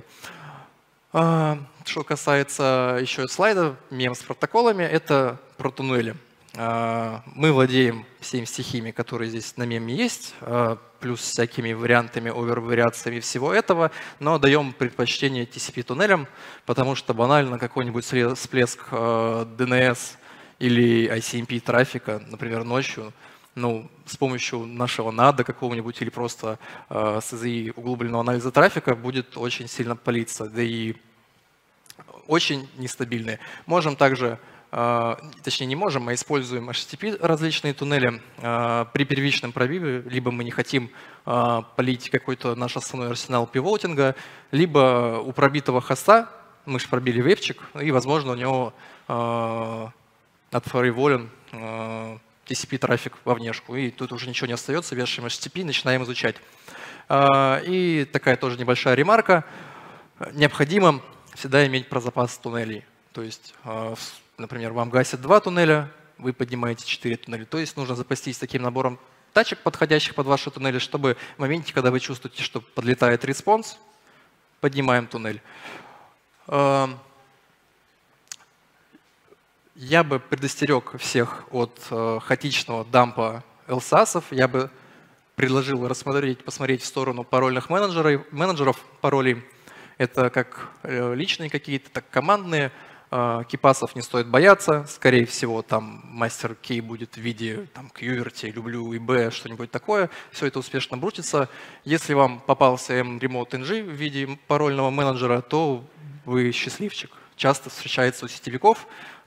Что касается еще слайда, мем с протоколами, это про туннели. Мы владеем всеми стихиями, которые здесь на меме есть, плюс всякими вариантами, овер-вариациями всего этого, но даем предпочтение TCP-туннелям, потому что банально какой-нибудь всплеск DNS или ICMP трафика, например, ночью, с помощью нашего NAD какого-нибудь или просто SSI углубленного анализа трафика будет очень сильно палиться, да и очень нестабильные. Можем также, точнее не можем, а используем HTTP различные туннели при первичном пробиве, либо мы не хотим палить какой-то наш основной арсенал пивотинга, либо у пробитого хоста, мы же пробили вебчик, и, возможно, у него отфариволен TCP-трафик во внешку, и тут уже ничего не остается, вешаем HTTP, начинаем изучать. И такая тоже небольшая ремарка. Необходимо всегда иметь про запас туннелей. То есть, например, вам гасят 2 туннеля, вы поднимаете 4 туннеля. То есть нужно запастись таким набором тачек, подходящих под ваши туннели, чтобы в моменте, когда вы чувствуете, что подлетает респонс, поднимаем туннель. Я бы предостерег всех от хаотичного дампа LSAS. Я бы предложил посмотреть в сторону парольных менеджеров паролей. Это как личные какие-то, так командные. Кипасов не стоит бояться. Скорее всего, там мастер кей будет в виде QWERTY, люблю ИБ, что-нибудь такое. Все это успешно брутится. Если вам попался mRemote NG в виде парольного менеджера, то вы счастливчик. Часто встречается у сетевиков.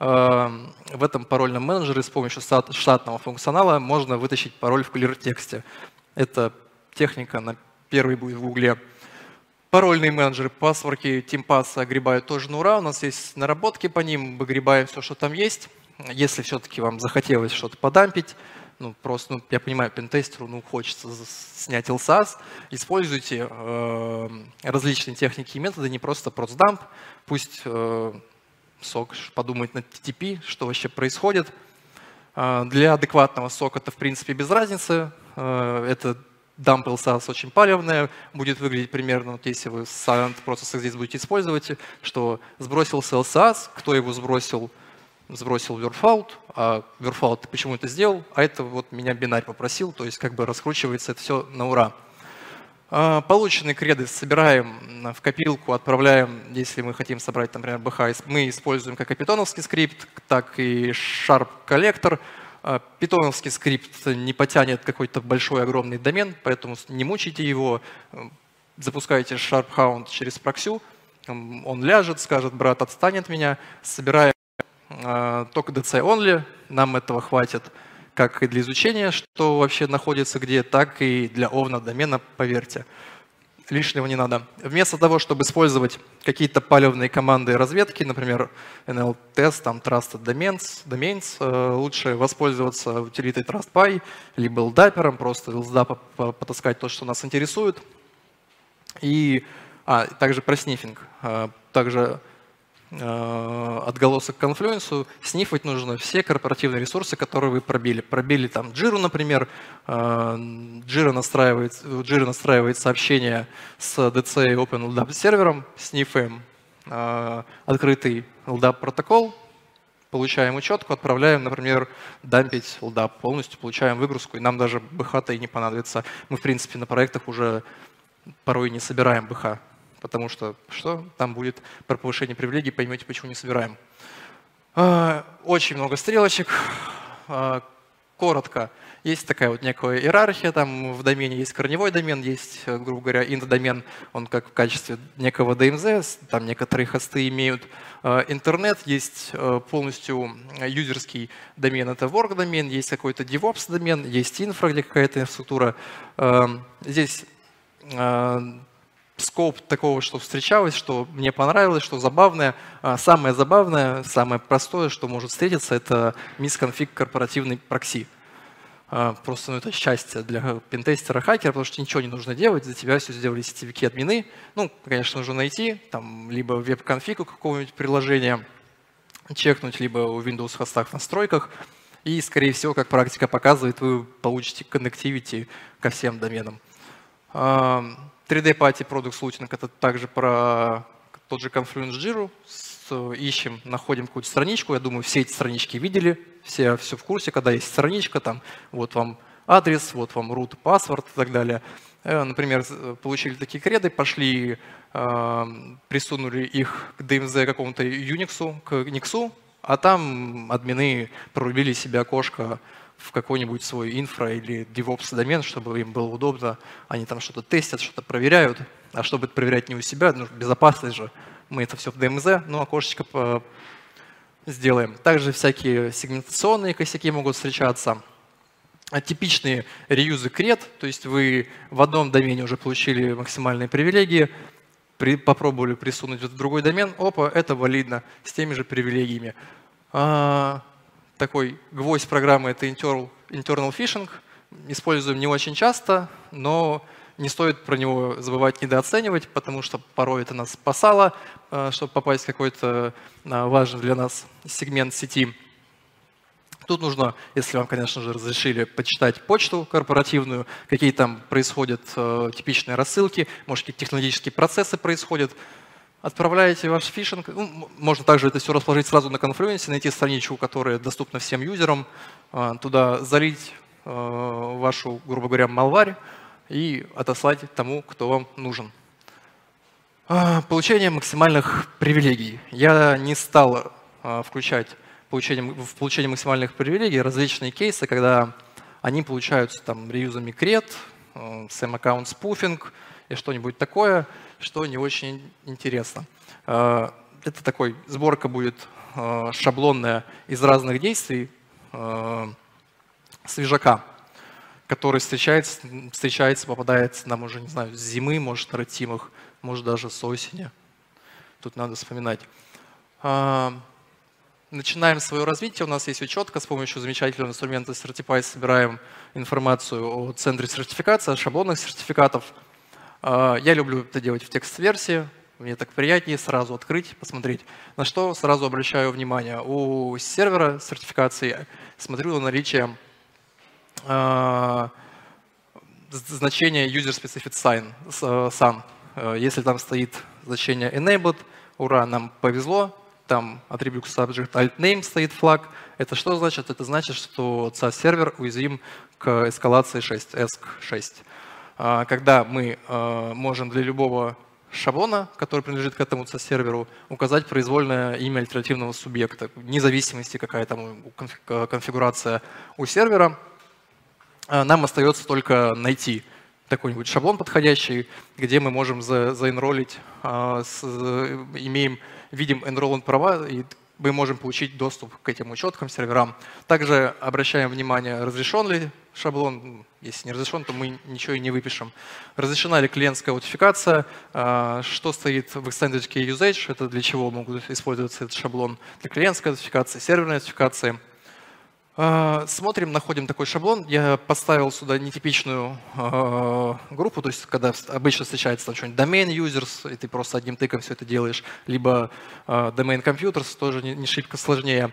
В этом парольном менеджере с помощью штатного функционала можно вытащить пароль в clear-тексте. Эта техника на первой будет в Гугле. Парольные менеджеры, пасворки, тимпасы огребают тоже на ура. У нас есть наработки по ним, выгребаем все, что там есть. Если все-таки вам захотелось что-то подампить, просто, я понимаю, пентестеру, хочется снять LSAS, используйте различные техники и методы, не просто процдамп, пусть сок подумает над TTP, что вообще происходит. Для адекватного сока это, в принципе, без разницы. Это дамп LSAS очень палевная, будет выглядеть примерно, если вы Silent процессор здесь будете использовать, что сбросился LSAS, кто его сбросил Verfault, а Verfault почему это сделал, а это вот меня бинарь попросил, то есть раскручивается это все на ура. Полученные креды собираем в копилку, отправляем, если мы хотим собрать, например, BH, мы используем как и питоновский скрипт, так и Sharp коллектор. Питоновский скрипт не потянет какой-то большой огромный домен, поэтому не мучайте его, запускайте SharpHound через проксю, он ляжет, скажет, брат, отстань от меня, собираем только DC only, нам этого хватит как и для изучения, что вообще находится где, так и для овна домена, поверьте. Лишнего не надо. Вместо того, чтобы использовать какие-то палевные команды разведки, например, NL-test, Trusted Domains, лучше воспользоваться утилитой TrustPy, либо LDAP, просто LSDAP потаскать то, что нас интересует. И также про снифинг. Также отголосок конфлюенсу, снифать нужно все корпоративные ресурсы, которые вы пробили. Пробили там Jira, например, Jira настраивает сообщение с DC Open LDAP сервером, снифаем открытый LDAP протокол, получаем учетку, отправляем, например, дампить LDAP полностью, получаем выгрузку, и нам даже BH-то и не понадобится. Мы, в принципе, на проектах уже порой не собираем BH. Потому что там будет про повышение привилегий, поймете, почему не собираем. Очень много стрелочек. коротко, есть такая вот некая иерархия, там в домене есть корневой домен, есть, грубо говоря, int-домен, он как в качестве некого DMZ, там некоторые хосты имеют интернет, есть полностью юзерский домен, это work-домен, есть какой-то DevOps-домен, есть инфра, где какая-то инфраструктура. Здесь скоп такого, что встречалось, что мне понравилось, что забавное. Самое забавное, самое простое, что может встретиться, это misconfig корпоративный прокси. Просто это счастье для пентестера, хакера, потому что ничего не нужно делать, за тебя все сделали сетевики, админы. Ну, конечно, нужно найти, там, либо веб-конфиг у какого-нибудь приложения чекнуть, либо у Windows хостах в настройках. И, скорее всего, как практика показывает, вы получите connectivity ко всем доменам. 3D Party Product Routing — это также про тот же Confluence Jira. Ищем, находим какую-то страничку. Я думаю, все эти странички видели, все в курсе, когда есть страничка, там вот вам адрес, вот вам root, password и так далее. Например, получили такие креды, пошли, присунули их к DMZ какому-то Unix, к Nix, а там админы прорубили себе окошко в какой-нибудь свой инфра или DevOps домен, чтобы им было удобно. Они там что-то тестят, что-то проверяют. А чтобы это проверять не у себя, ну, безопасность же, мы это все в DMZ, но окошечко сделаем. Также всякие сегментационные косяки могут встречаться. Типичные реюзы кред, то есть вы в одном домене уже получили максимальные привилегии, попробовали присунуть в другой домен, опа, это валидно, с теми же привилегиями. Такой гвоздь программы — это internal phishing. Используем не очень часто, но не стоит про него забывать, недооценивать, потому что порой это нас спасало, чтобы попасть в какой-то важный для нас сегмент сети. Тут нужно, если вам, конечно же, разрешили, почитать почту корпоративную, какие там происходят типичные рассылки, может, какие технологические процессы происходят. Отправляете ваш фишинг. Ну, можно также это все расположить сразу на Confluence, найти страничку, которая доступна всем юзерам, туда залить вашу, грубо говоря, malware и отослать тому, кто вам нужен. Получение максимальных привилегий. Я не стал включать в получение максимальных привилегий различные кейсы, когда они получаются там реюзами кред, same account spoofing и что-нибудь такое, что не очень интересно. Это такой сборка будет шаблонная из разных действий свежака, который встречается, попадается нам уже, не знаю, с зимы, может, на ретимах, может, даже с осени. Тут надо вспоминать. Начинаем свое развитие. У нас есть учетка. С помощью замечательного инструмента Certify собираем информацию о центре сертификации, о шаблонах сертификатов. Я люблю это делать в текст-версии. Мне так приятнее сразу открыть, посмотреть. На что сразу обращаю внимание. У сервера сертификации смотрю на наличие значения user-specified sun. Если там стоит значение enabled, ура, нам повезло. Там attribute subject alt name стоит флаг. Это что значит? Это значит, что SaaS-сервер уязвим к эскалации 6, ESC6. Когда мы можем для любого шаблона, который принадлежит к этому SaaS-серверу, указать произвольное имя альтернативного субъекта, вне зависимости, какая там конфигурация у сервера. Нам остается только найти какой-нибудь шаблон подходящий, где мы можем заэнролить, видим enrollment права, и мы можем получить доступ к этим учеткам, серверам. Также обращаем внимание, разрешен ли шаблон. Если не разрешен, то мы ничего и не выпишем. Разрешена ли клиентская аутентификация, что стоит в Extended Key Usage, это для чего могут использоваться этот шаблон. Для клиентской аутентификации, серверной аутентификации. Смотрим, находим такой шаблон. Я поставил сюда нетипичную группу, то есть когда обычно встречается что-нибудь domain users, и ты просто одним тыком все это делаешь, либо domain computers, тоже не шибко сложнее.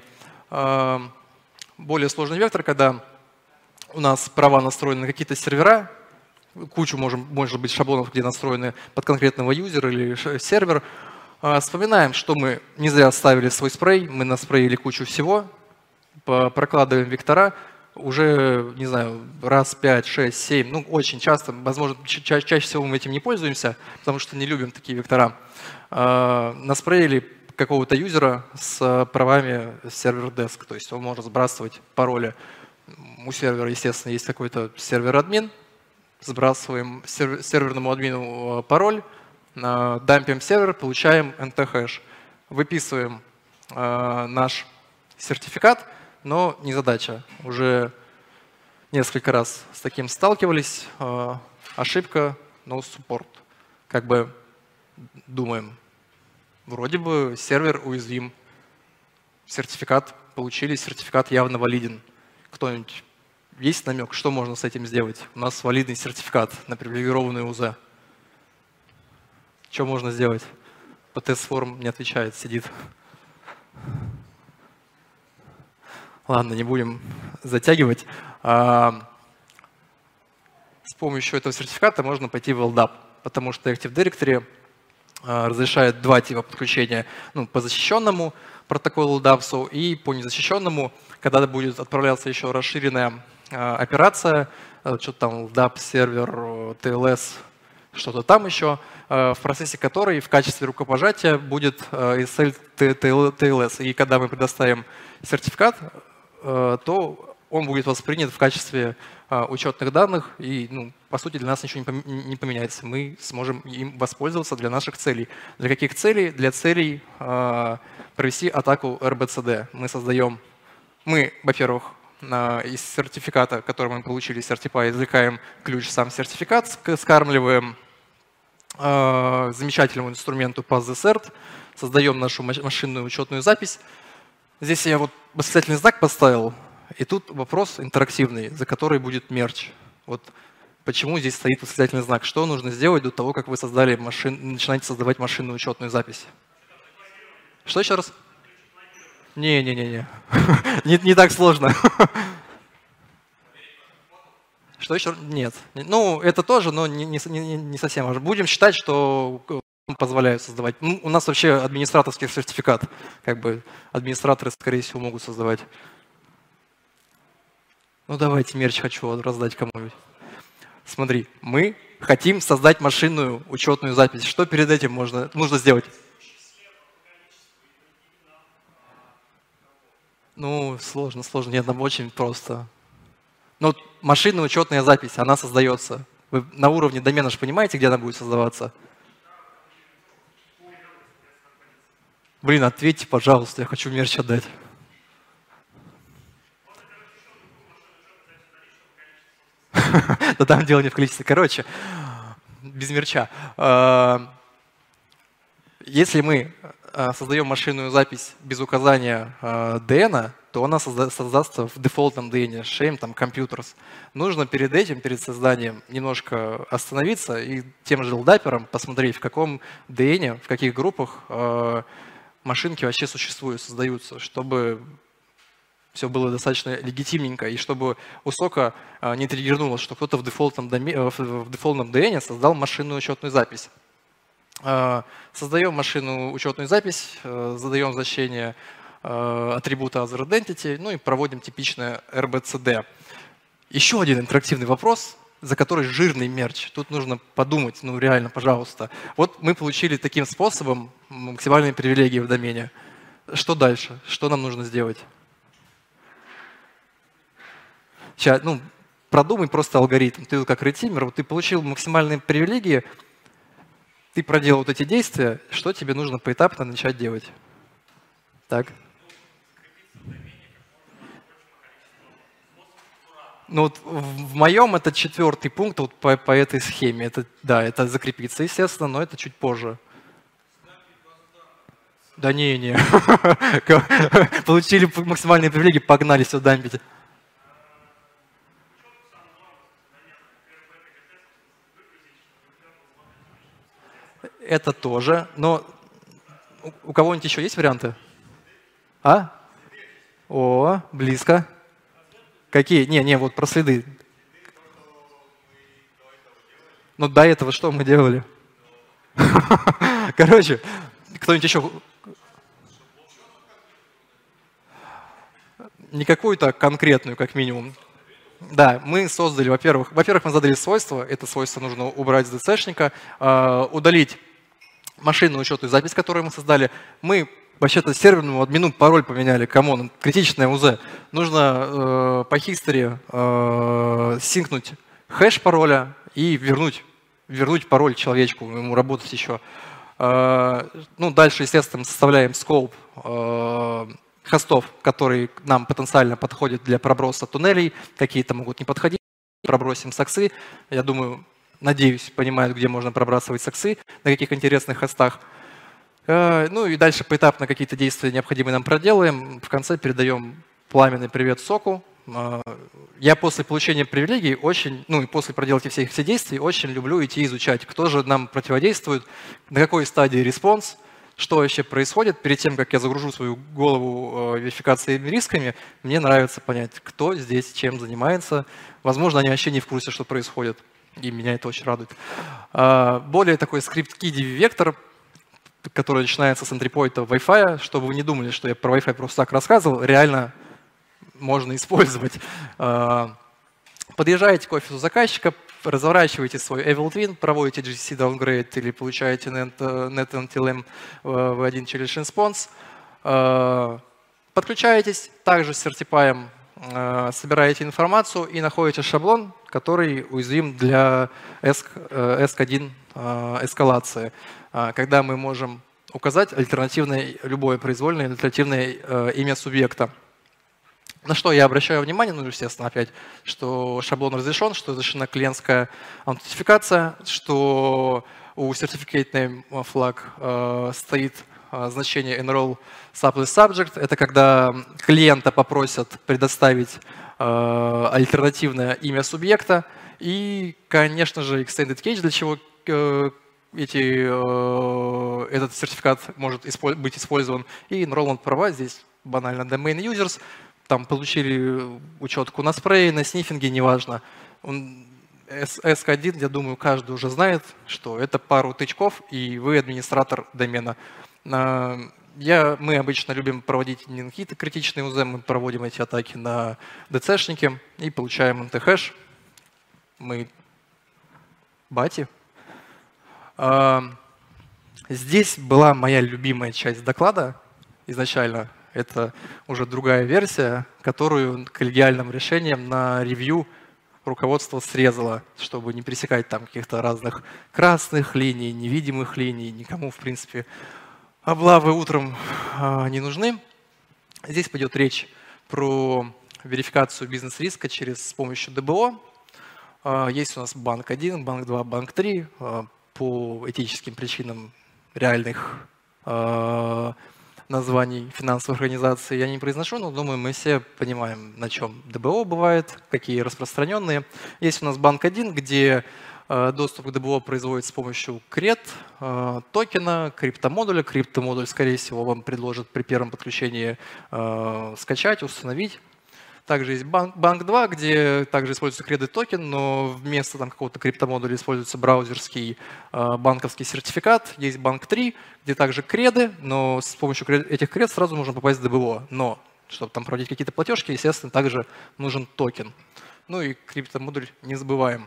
Более сложный вектор, когда у нас права настроены на какие-то сервера, кучу может быть шаблонов, где настроены под конкретного юзера или сервер. Вспоминаем, что мы не зря ставили свой спрей, мы наспреили кучу всего, прокладываем вектора уже, не знаю, раз, 5, 6, 7, ну очень часто, возможно, чаще всего мы этим не пользуемся, потому что не любим такие вектора. Наспреили какого-то юзера с правами сервер desk, то есть он может сбрасывать пароли. у сервера, естественно, есть какой-то сервер-админ, сбрасываем серверному админу пароль, дампим сервер, получаем NT-хэш. Выписываем наш сертификат, но не задача. Уже несколько раз с таким сталкивались. Ошибка, no support. Как бы думаем, вроде бы сервер уязвим. Сертификат получили, сертификат явно валиден. Кто-нибудь есть намек, что можно с этим сделать? У нас валидный сертификат на привилегированную УЗ. Что можно сделать? ПТС-форм не отвечает, сидит. Ладно, не будем затягивать. С помощью этого сертификата можно пойти в LDAP, потому что Active Directory разрешает два типа подключения. По защищенному протоколу LDAP и по незащищенному, когда будет отправляться еще расширенная операция, что-то там LDAP, сервер, TLS, что-то там еще, в процессе которой в качестве рукопожатия будет SSL TLS. И когда мы предоставим сертификат, то он будет воспринят в качестве учетных данных, и, по сути, для нас ничего не поменяется. Мы сможем им воспользоваться для наших целей. Для каких целей? Для целей провести атаку RBCD. Мы, во-первых, из сертификата, который мы получили, Certify, извлекаем ключ сам сертификат, скармливаем замечательному инструменту PassTheCert, создаем нашу машинную учетную запись. Здесь я восклицательный знак поставил, и тут вопрос интерактивный, за который будет мерч. Почему здесь стоит восклицательный знак? Что нужно сделать до того, как вы начинаете создавать машинную учетную запись? Что еще раз? Не-не-не. Не так сложно. Что еще? Нет. Это тоже, но не совсем. Будем считать, что позволяют создавать. У нас вообще администраторский сертификат. Администраторы, скорее всего, могут создавать. Давайте мерч хочу раздать кому-нибудь. Смотри, мы хотим создать машинную учетную запись. Что перед этим нужно сделать? Сложно. Нет, нам очень просто. Машинная учетная запись, она создается. Вы на уровне домена же понимаете, где она будет создаваться? Ответьте, пожалуйста, я хочу мерч отдать. Да там дело не в количестве. Короче, без мерча. Если мы создаем машинную запись без указания DN, то она создастся в дефолтном DN, shame, computers. Нужно перед созданием немножко остановиться и тем же LDAP'ером посмотреть, в каком DN, в каких группах машинки вообще существуют, создаются, чтобы все было достаточно легитимненько, и чтобы у сока не триггернуло, что кто-то в дефолтном DN создал машинную учетную запись. Создаем машинную учетную запись, задаем значение атрибута Other Identity, и проводим типичное RBCD. Еще один интерактивный вопрос, за который жирный мерч. Тут нужно подумать, реально, пожалуйста. Мы получили таким способом максимальные привилегии в домене. Что дальше? Что нам нужно сделать? Сейчас, продумай просто алгоритм. Ты как ретимер, ты получил максимальные привилегии, ты проделал эти действия, что тебе нужно поэтапно начать делать? Так. В моем это 4-й пункт по этой схеме. Это закрепиться, естественно, но это чуть позже. Да не. Получили максимальные привилегии, погнали все дампить. Это тоже, но у кого-нибудь еще есть варианты? О, близко. Какие? Не, про следы. До этого что мы делали? Короче, кто-нибудь еще? Не какую-то конкретную, как минимум. Да, мы создали, во-первых, мы задали свойство. Это свойство нужно убрать с DC-шника, удалить машинную учетную запись, которую мы создали. Мы вообще-то серверному админу пароль поменяли, камон, критичное УЗ. Нужно по history синкнуть хэш пароля и вернуть пароль человечку, ему работать еще. Ну, дальше, естественно, составляем скоуп хостов, которые нам потенциально подходят для проброса туннелей, какие-то могут не подходить. Пробросим соксы. Я думаю, надеюсь, понимают, где можно пробрасывать соксы, на каких интересных хостах. Ну и дальше поэтапно какие-то действия необходимые нам проделаем. В конце передаем пламенный привет соку. Я после получения привилегий очень, ну и после проделки всех этих действий очень люблю идти изучать, кто же нам противодействует, на какой стадии респонс, что вообще происходит. Перед тем, как я загружу свою голову верификациями и рисками, мне нравится понять, кто здесь чем занимается. Возможно, они вообще не в курсе, что происходит, и меня это очень радует. Более такой скрипт-киди вектор, который начинается с энтрипойта Wi-Fi, чтобы вы не думали, что я про Wi-Fi просто так рассказывал, реально можно использовать. Подъезжаете к офису заказчика, разворачиваете свой Evil Twin, проводите GCC downgrade или получаете NetNTLM v1 через Response, подключаетесь, также с Certify собираете информацию и находите шаблон, который уязвим для ESC1 эскалации, когда мы можем указать альтернативное, любое произвольное альтернативное имя субъекта. На что я обращаю внимание, ну, естественно, опять, что шаблон разрешен, что разрешена клиентская аутентификация, что у Certificate Name Flag стоит значение enroll sublet subject. Это когда клиента попросят предоставить альтернативное имя субъекта. И, конечно же, Extended Cache, для чего этот сертификат может быть использован. И enrollment права, здесь банально domain users. Там получили учетку на спрее, на снифинге, неважно. ESC1, я думаю, каждый уже знает, что это пару тычков, и вы администратор домена. Мы обычно любим проводить не какие-то критичные УЗ, мы проводим эти атаки на DC-шники и получаем антихэш. Мы бати. Здесь была моя любимая часть доклада изначально. Это уже другая версия, которую коллегиальным решением на ревью руководство срезало, чтобы не пересекать там каких-то разных красных линий, невидимых линий. Никому, в принципе, облавы утром не нужны. Здесь пойдет речь про верификацию бизнес-риска с помощью ДБО. Есть у нас банк 1, банк 2, банк 3. По этическим причинам реальных названий финансовых организаций я не произношу, но думаю, мы все понимаем, на чем ДБО бывает, какие распространенные. Есть у нас банк 1, где доступ к ДБО производится с помощью CRED, токена, криптомодуля. Криптомодуль, скорее всего, вам предложат при первом подключении скачать, установить. Также есть банк 2, где также используется CRED токен, но вместо какого-то криптомодуля используется браузерский банковский сертификат. Есть банк 3, где также CRED, но с помощью этих CRED сразу можно попасть в ДБО. Но чтобы там проводить какие-то платежки, естественно, также нужен токен. Ну и криптомодуль не забываем.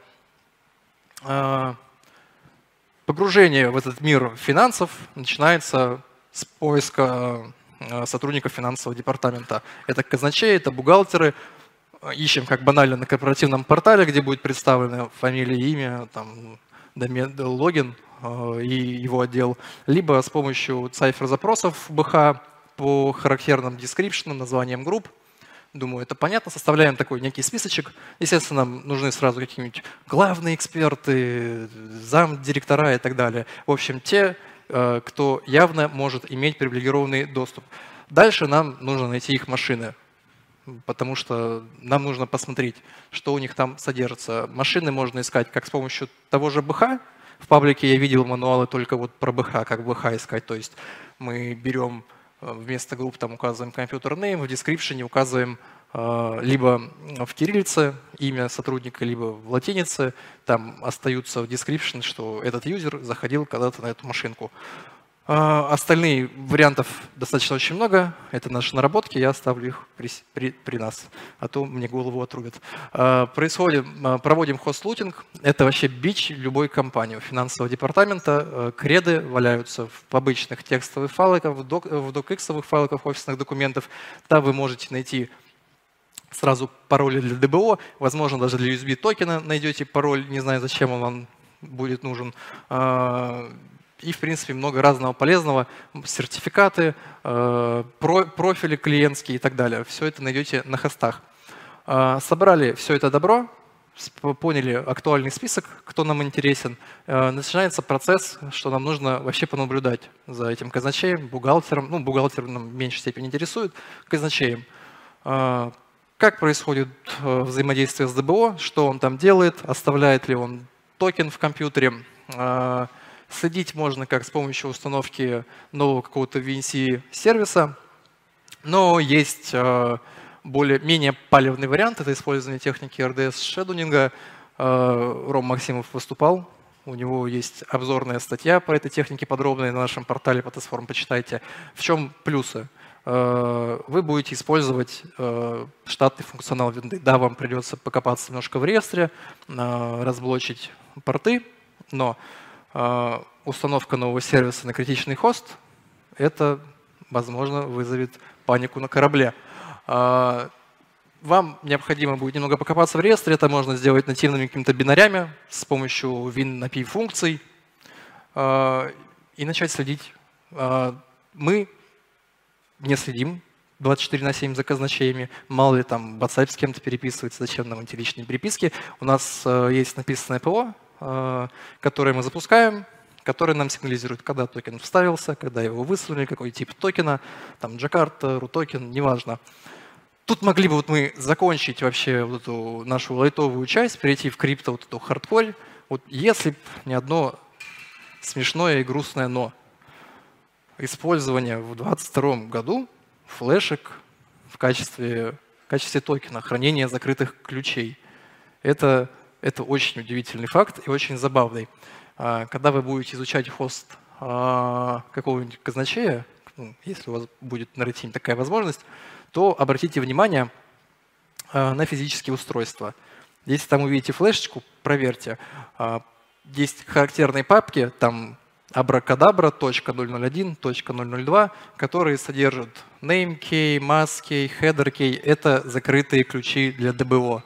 Погружение в этот мир финансов начинается с поиска сотрудников финансового департамента. Это казначеи, это бухгалтеры. Ищем как банально на корпоративном портале, где будет представлено фамилия, имя, там, логин и его отдел. Либо с помощью цифр-запросов БХ по характерным дескрипшенам, названиям групп. Думаю, это понятно. Составляем такой некий списочек. Естественно, нам нужны сразу какие-нибудь главные эксперты, замдиректора и так далее. В общем, те, кто явно может иметь привилегированный доступ. Дальше нам нужно найти их машины, потому что нам нужно посмотреть, что у них там содержится. Машины можно искать как с помощью того же БХ. В паблике я видел мануалы только вот про БХ, как БХ искать. То есть мы берем вместо групп, там указываем компьютер name, в description указываем либо в кириллице имя сотрудника, либо в латинице. Там остаются в description, что этот юзер заходил когда-то на эту машинку. Остальные вариантов достаточно очень много. Это наши наработки, я оставлю их при нас, а то мне голову отрубят. Проводим хост-лутинг. Это вообще бич любой компании. У финансового департамента креды валяются в обычных текстовых файлах, в docx-овых файлах офисных документов. Там вы можете найти сразу пароли для ДБО, возможно, даже для USB токена найдете пароль, не знаю, зачем он вам будет нужен. И, в принципе, много разного полезного, сертификаты, профили клиентские и так далее. Все это найдете на хостах. Собрали все это добро, поняли актуальный список, кто нам интересен. Начинается процесс, что нам нужно вообще понаблюдать за этим казначеем, бухгалтером. Ну, бухгалтер нам в меньшей степени интересует, казначеем. Как происходит взаимодействие с ДБО, что он там делает, оставляет ли он токен в компьютере. Следить можно как с помощью установки нового какого-то VNC-сервиса, но есть менее палевный вариант, это использование техники RDS-шедунинга. Ром Максимов выступал, у него есть обзорная статья по этой технике подробная на нашем портале Patosform, почитайте. В чем плюсы? Вы будете использовать штатный функционал винды. Да, вам придется покопаться немножко в реестре, разблочить порты, но установка нового сервиса на критичный хост, это, возможно, вызовет панику на корабле. Вам необходимо будет немного покопаться в реестре, это можно сделать нативными какими-то бинарями с помощью win-API функций и начать следить. Мы не следим 24/7 за казначеями, мало ли там WhatsApp с кем-то переписывается, зачем нам эти личные переписки. У нас есть написанное ПО, которое мы запускаем, которое нам сигнализирует, когда токен вставился, когда его высунули, какой тип токена, там Джакарта, RUTOKEN, неважно. Тут могли бы мы закончить вообще вот эту нашу лайтовую часть, перейти в крипто, вот эту хардкор, вот если бы не одно смешное и грустное «но». Использование в 2022 году флешек в качестве токена, хранения закрытых ключей. Это очень удивительный факт и очень забавный. Когда вы будете изучать хост какого-нибудь казначея, если у вас будет на Red Team такая возможность, то обратите внимание на физические устройства. Если там увидите флешечку, проверьте. Есть характерные папки, там abracadabra.001, .002, которые содержат name key, mask key, header key. Это закрытые ключи для ДБО.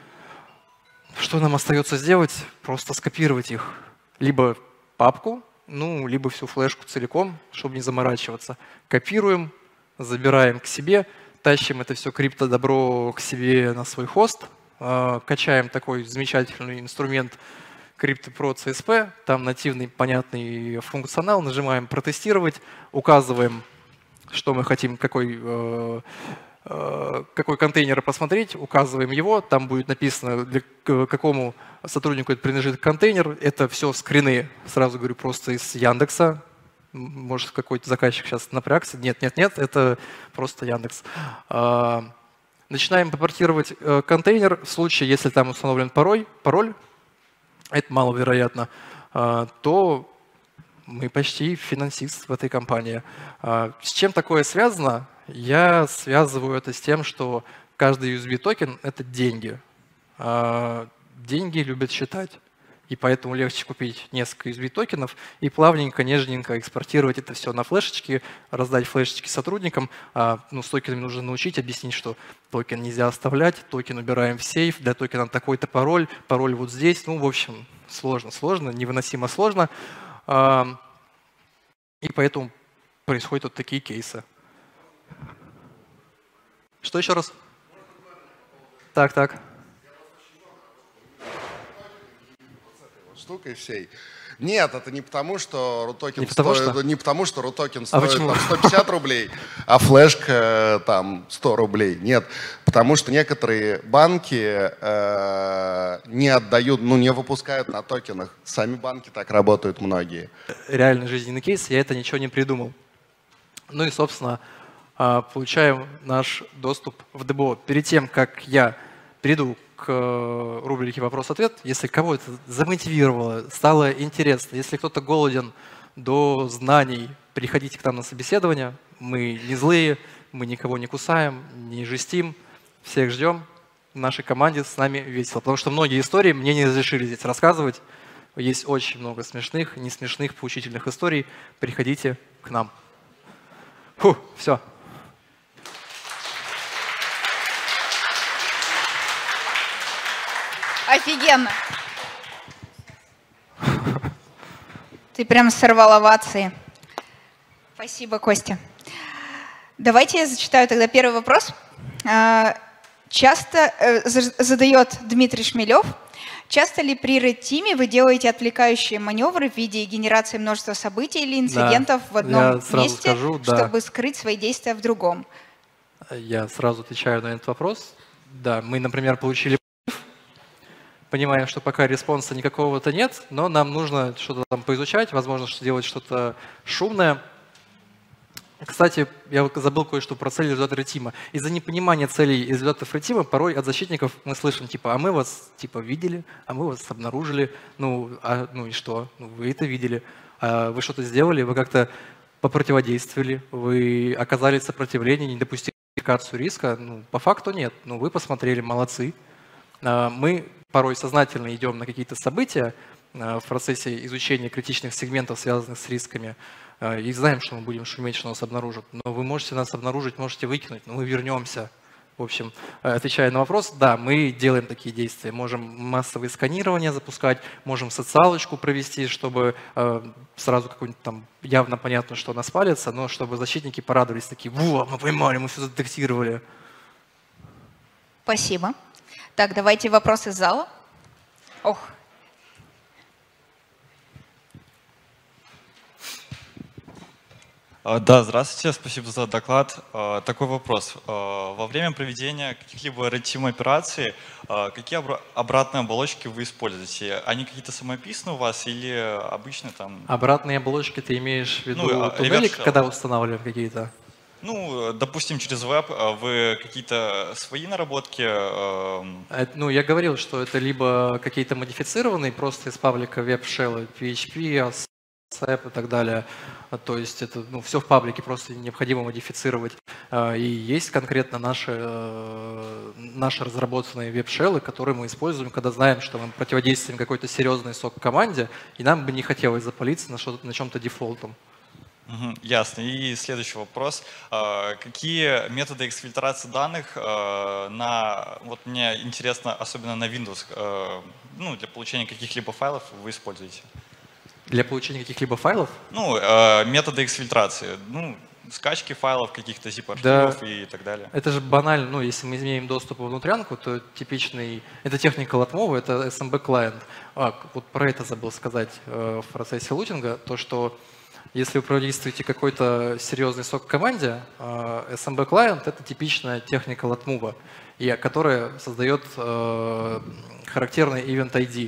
Что нам остается сделать? Просто скопировать их. Либо папку, либо всю флешку целиком, чтобы не заморачиваться. Копируем, забираем к себе, тащим это все криптодобро к себе на свой хост, качаем такой замечательный инструмент CryptoPro CSP, там нативный понятный функционал, нажимаем «Протестировать», указываем, что мы хотим, какой контейнер посмотреть, указываем его, там будет написано, к какому сотруднику это принадлежит контейнер. Это все скрины, сразу говорю, просто из Яндекса. Может, какой-то заказчик сейчас напрягся. Нет, это просто Яндекс. Начинаем портировать контейнер. В случае, если там установлен пароль, это маловероятно, то мы почти финансист в этой компании. С чем такое связано? Я связываю это с тем, что каждый USB-токен — это деньги. Деньги любят считать. И поэтому легче купить несколько USB-токенов и плавненько, нежненько экспортировать это все на флешечки, раздать флешечки сотрудникам. С токенами нужно научить, объяснить, что токен нельзя оставлять, токен убираем в сейф, для токена такой-то пароль вот здесь. В общем, сложно, невыносимо сложно. И поэтому происходят вот такие кейсы. Что еще раз? Так. Штукой всей. Нет, это не потому, что RUTOKEN стоит там 150 рублей, а флешка там 100 рублей. Нет, потому что некоторые банки не отдают, не выпускают на токенах. Сами банки так работают многие. Реальный жизненный кейс, я это ничего не придумал. И, собственно, получаем наш доступ в ДБО. Перед тем, как я перейду к рубрике «Вопрос-ответ», если кого это замотивировало, стало интересно, если кто-то голоден до знаний. Приходите к нам на собеседование. Мы не злые, мы никого не кусаем, не жестим. Всех ждем. В нашей команде с нами весело. Потому что многие истории мне не разрешили здесь рассказывать. Есть очень много смешных, не смешных, поучительных историй. Приходите к нам. Фу, все. Офигенно. Ты прям сорвал овации. Спасибо, Костя. Давайте я зачитаю тогда первый вопрос. Часто задает Дмитрий Шмелев. Часто ли при Red Team вы делаете отвлекающие маневры в виде генерации множества событий или инцидентов в одном месте, чтобы скрыть свои действия в другом? Я сразу отвечаю на этот вопрос. Да, мы, например, получили понимаем, что пока респонса никакого-то нет, но нам нужно что-то там поизучать, возможно, сделать что-то шумное. Кстати, я забыл кое-что про цели и результаты Red Team. Из-за непонимания целей и результатов Red Team порой от защитников мы слышим, типа, а мы вас типа видели, а мы вас обнаружили, ну и что? Ну, вы это видели, а вы что-то сделали, вы как-то попротиводействовали, вы оказали сопротивление, не допустили идентификацию риска. Ну, по факту нет, ну вы посмотрели, молодцы. Мы порой сознательно идем на какие-то события в процессе изучения критичных сегментов, связанных с рисками, и знаем, что мы будем шуметь, что нас обнаружат. Но вы можете нас обнаружить, можете выкинуть, но мы вернемся. В общем, отвечая на вопрос, да, мы делаем такие действия. Можем массовые сканирования запускать, можем социалочку провести, чтобы сразу какой-нибудь там явно понятно, что нас палится, но чтобы защитники порадовались, такие, во, мы поймали, мы все задетектировали. Спасибо. Так, давайте вопрос из зала. Ох. Да, здравствуйте, спасибо за доклад. Такой вопрос. Во время проведения каких-либо Red Team операций, какие обратные оболочки вы используете? Они какие-то самописные у вас или обычные там? Обратные оболочки ты имеешь в виду туннели, когда устанавливаем какие-то? Ну, допустим, через веб вы какие-то свои наработки? Ну, я говорил, что это либо какие-то модифицированные, просто из паблика веб-шеллы, PHP, ASAP и так далее. То есть это все в паблике, просто необходимо модифицировать. И есть конкретно наши разработанные веб-шеллы, которые мы используем, когда знаем, что мы противодействуем какой-то серьезной SOC-команде, и нам бы не хотелось запалиться на чем-то дефолтом. Ясно. И следующий вопрос. Какие методы эксфильтрации данных вот мне интересно, особенно на Windows, для получения каких-либо файлов вы используете? Для получения каких-либо файлов? Методы эксфильтрации. Скачки файлов, каких-то zip-архивов и так далее. Это же банально. Если мы имеем доступ во внутрянку, то это техника Latmova, это SMB-клиент. Вот про это забыл сказать в процессе лутинга, то, что если вы противодействуете какой-то серьезной SOC-команде, SMB-клиент — это типичная техника Latmova, которая создает характерный Event ID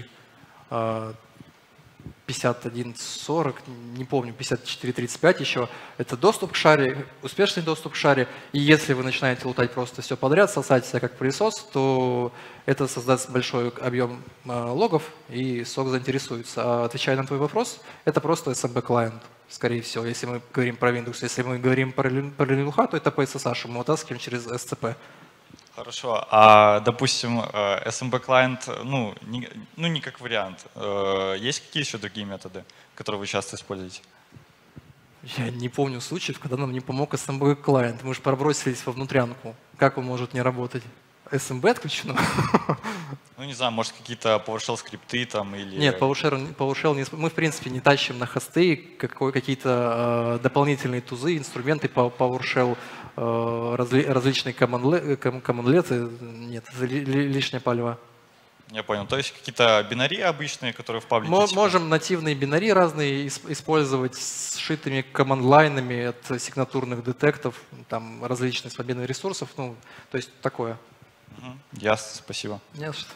5140, не помню, 5435 еще. Это доступ к шаре, успешный доступ к шаре. И если вы начинаете лутать просто все подряд, сосать себя как пылесос, то это создаст большой объем логов, и SOC заинтересуется. А отвечая на твой вопрос, это просто SMB-клиент. Скорее всего, если мы говорим про Windows. Если мы говорим про Linux, то это по SSH, мы вытаскиваем через SCP. Хорошо. А, допустим, SMB-клиент, не как вариант. Есть какие еще другие методы, которые вы часто используете? Я не помню случаев, когда нам не помог SMB-клиент. Мы же пробросились во внутрянку. Как он может не работать? SMB отключено? Не знаю, может какие-то PowerShell скрипты там или… Нет, PowerShell не… Мы в принципе не тащим на хосты какие-то дополнительные тузы, инструменты по PowerShell, различные командлеты. Нет, лишнее палево. Я понял. То есть какие-то бинари обычные, которые в паблике… Можем нативные бинари разные использовать с сшитыми команд-лайнами от сигнатурных детектов, там различные с мобильных ресурсов, то есть такое. Ясно, спасибо. Не за что.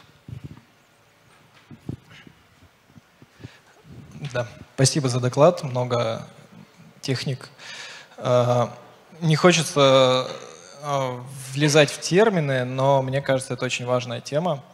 Да, спасибо за доклад, много техник. Не хочется влезать в термины, но мне кажется, это очень важная тема.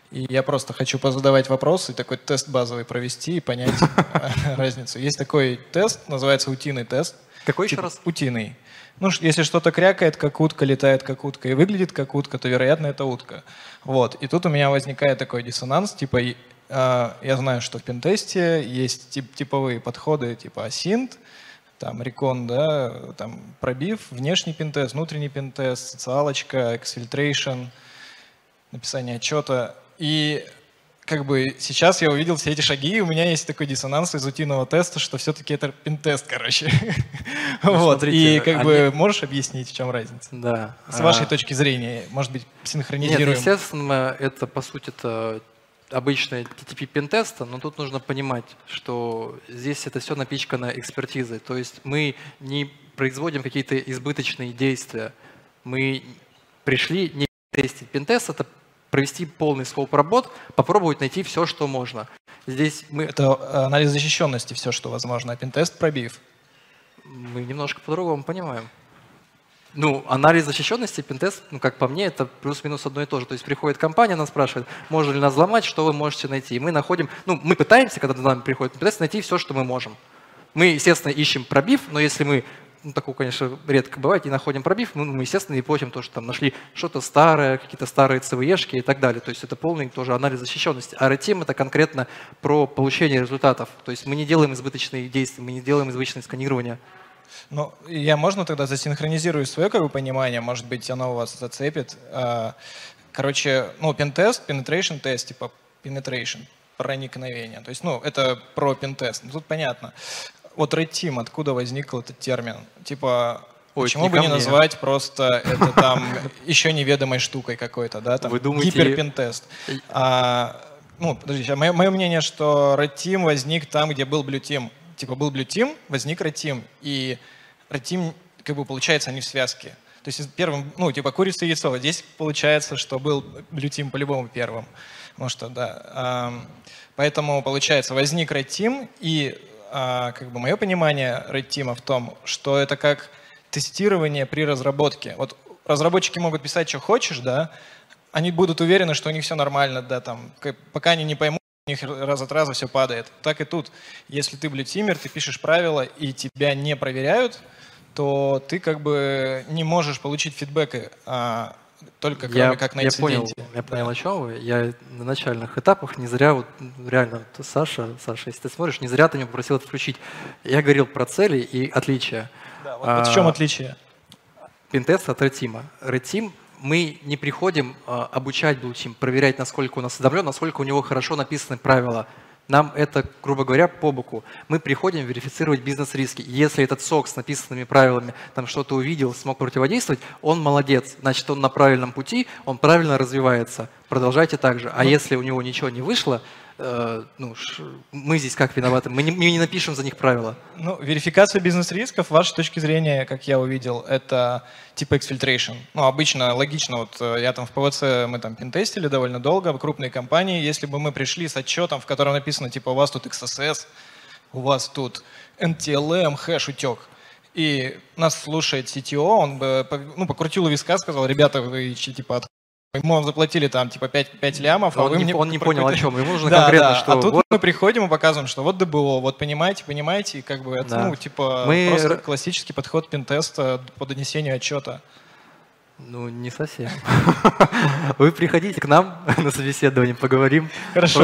И я просто хочу позадавать вопросы, такой тест базовый провести и понять разницу. Есть такой тест, называется утиный тест. Какой еще раз? Утиный. Ну, если что-то крякает, как утка, летает, как утка, и выглядит как утка, то, вероятно, это утка. Вот. И тут у меня возникает такой диссонанс, типа, я знаю, что в пентесте есть типовые подходы, типа асинт, там, рекон, да, там, пробив, внешний пентест, внутренний пентест, социалочка, эксфильтрейшн, написание отчета. И как бы сейчас я увидел все эти шаги, и у меня есть такой диссонанс из утиного теста, что все-таки это пентест, короче. Вот. И как бы можешь объяснить, в чем разница? Да. С вашей точки зрения, может быть, синхронизируем? Нет, естественно, это, по сути, это обычный TTP пентеста, но тут нужно понимать, что здесь это все напичкано экспертизой. То есть мы не производим какие-то избыточные действия. Мы пришли не тестить пентест, это провести полный скоп работ, попробовать найти все, что можно. Здесь мы... Это анализ защищенности, все, что возможно, а пентест пробив. Мы немножко по-другому понимаем. Ну, анализ защищенности, пентест, ну, как по мне, это плюс-минус одно и то же. То есть приходит компания, она спрашивает, можно ли нас взломать, что вы можете найти. И мы находим, ну, мы пытаемся, когда за нами приходит пентест, найти все, что мы можем. Мы, естественно, ищем пробив, но если мы, ну, такое, конечно, редко бывает, и находим пробив, мы, естественно, не платим то, что там нашли что-то старое, какие-то старые CVE-шки и так далее. То есть это полный тоже анализ защищенности. А Red Team — это конкретно про получение результатов. То есть мы не делаем избыточные действия, мы не делаем избыточные сканирования. Ну, я можно тогда засинхронизирую свое как бы понимание, может быть, оно у вас зацепит. Короче, ну, пентест, penetration тест, типа penetration, проникновение. То есть, ну, это про пентест. Тут понятно. Вот Red Team, откуда возник этот термин? Типа, почему бы не назвать просто это там еще неведомой штукой какой-то, да, там гиперпентест. Ну, подождите, мое мнение, что Red Team возник там, где был Blue Team. Типа был Blue Team, возник Red Team. И Red Team, как бы, получается, они в связке. То есть первым, ну, типа курица и яйцо. Здесь получается, что был Blue Team по-любому первым. Потому что, да. Поэтому, получается, возник Red Team, и как бы мое понимание Red Team в том, что это как тестирование при разработке. Вот разработчики могут писать, что хочешь, да, они будут уверены, что у них все нормально, да, там, пока они не поймут, у них раз от раза все падает. Так и тут. Если ты блютимер, ты пишешь правила, и тебя не проверяют, то ты как бы не можешь получить фидбэк, только кроме как на инциденте. Я понял, о чем вы. Я на начальных этапах не зря, вот реально, Саша, если ты смотришь, не зря ты меня попросил это включить. Я говорил про цели и отличия. Да, вот в чем отличие? Пентест от Red Team. Red Team мы не приходим обучать Blue Team, проверять, насколько он осведомлен, насколько у него хорошо написаны правила. Нам это, грубо говоря, по боку. Мы приходим верифицировать бизнес-риски. Если этот СОК с написанными правилами там что-то увидел, смог противодействовать, он молодец. Значит, он на правильном пути, он правильно развивается. Продолжайте так же. А если у него ничего не вышло, мы здесь как виноваты? Мы не напишем за них правила. Ну, верификация бизнес-рисков, с вашей точки зрения, как я увидел, это типа exfiltration. Ну, обычно, логично, вот я там в ПВЦ, мы там пентестили довольно долго, крупные компании, если бы мы пришли с отчетом, в котором написано, типа, у вас тут XSS, у вас тут NTLM, хэш утек, и нас слушает CTO, он бы, покрутил у виска, сказал, ребята, вы типа мы вам заплатили там типа 5 лямов, а он не понял, о чем. Ему нужно конкретно, что... А тут вот мы приходим и показываем, что вот ДБО, вот понимаете, и как бы это, просто классический подход пентеста по донесению отчета. Ну, не совсем. Вы приходите к нам на собеседование, поговорим. Хорошо,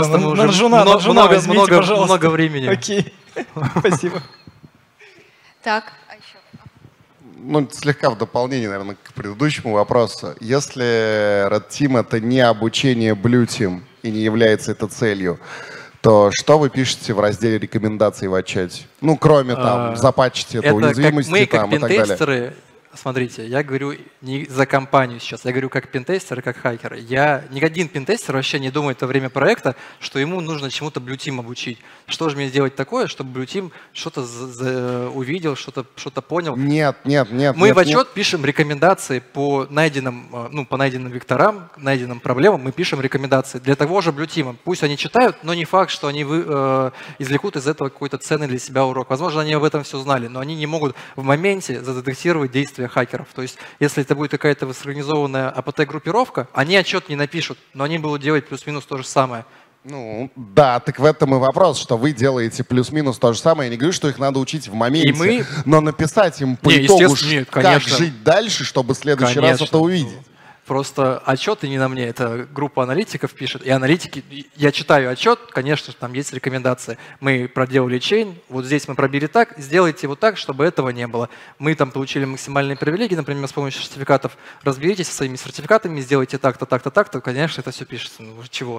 много времени. Окей, спасибо. Так. Ну, слегка в дополнение, наверное, к предыдущему вопросу. Если Red Team — это не обучение Blue Team и не является это целью, то что вы пишете в разделе рекомендаций в отчете? Ну, кроме там запатчить это уязвимости мы, там и так далее. Смотрите, я говорю не за компанию сейчас, я говорю как пентестер и как хакер. Ни один пентестер вообще не думает во время проекта, что ему нужно чему-то Blue Team обучить. Что же мне сделать такое, чтобы Blue Team что-то увидел, что-то понял? Нет. Мы в отчет пишем рекомендации по найденным векторам, найденным проблемам, мы пишем рекомендации для того же Blue Team. Пусть они читают, но не факт, что они извлекут из этого какой-то ценный для себя урок. Возможно, они об этом все знали, но они не могут в моменте задетектировать действия для хакеров. То есть если это будет какая-то сорганизованная АПТ-группировка, они отчет не напишут, но они будут делать плюс-минус то же самое. Ну, да, так в этом и вопрос, что вы делаете плюс-минус то же самое. Я не говорю, что их надо учить в моменте, но написать им по итогу, как жить дальше, чтобы в следующий раз это увидеть. Просто отчеты не на мне, это группа аналитиков пишет. И аналитики, я читаю отчет, конечно, там есть рекомендации. Мы проделали чейн, вот здесь мы пробили так, сделайте вот так, чтобы этого не было. Мы там получили максимальные привилегии, например, с помощью сертификатов. Разберитесь со своими сертификатами, сделайте так-то, так-то, так-то. Конечно, это все пишется. Ну, чего?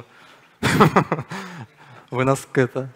Вы нас это...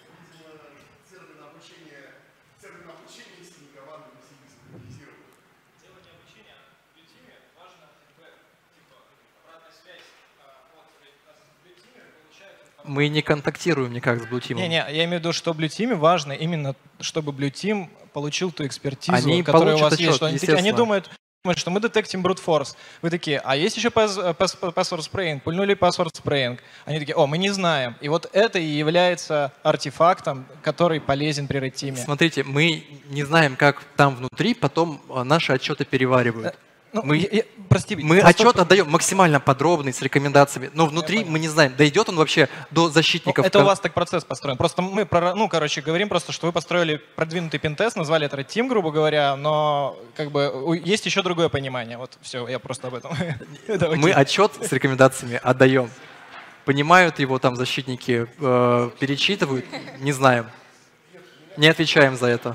Мы не контактируем никак с Blue Team. Не, я имею в виду, что Blue Team важно именно, чтобы Blue Team получил ту экспертизу, которая у вас есть. Что они думают, что мы детектим brute force. Вы такие, а есть еще password spraying, пульнули password spraying. Они такие, о, мы не знаем. И вот это и является артефактом, который полезен при Red Team. Смотрите, мы не знаем, как там внутри потом наши отчеты переваривают. Ну, мы отчет отдаем максимально подробный, с рекомендациями, но внутри мы не знаем, дойдет он вообще до защитников. Это у вас так процесс построен. Просто мы, говорим просто, что вы построили продвинутый пентест, назвали это Red Team, грубо говоря, но как бы есть еще другое понимание. Вот все, я просто об этом. Мы отчет с рекомендациями отдаем. Понимают его там защитники, перечитывают, не знаем. Не отвечаем за это.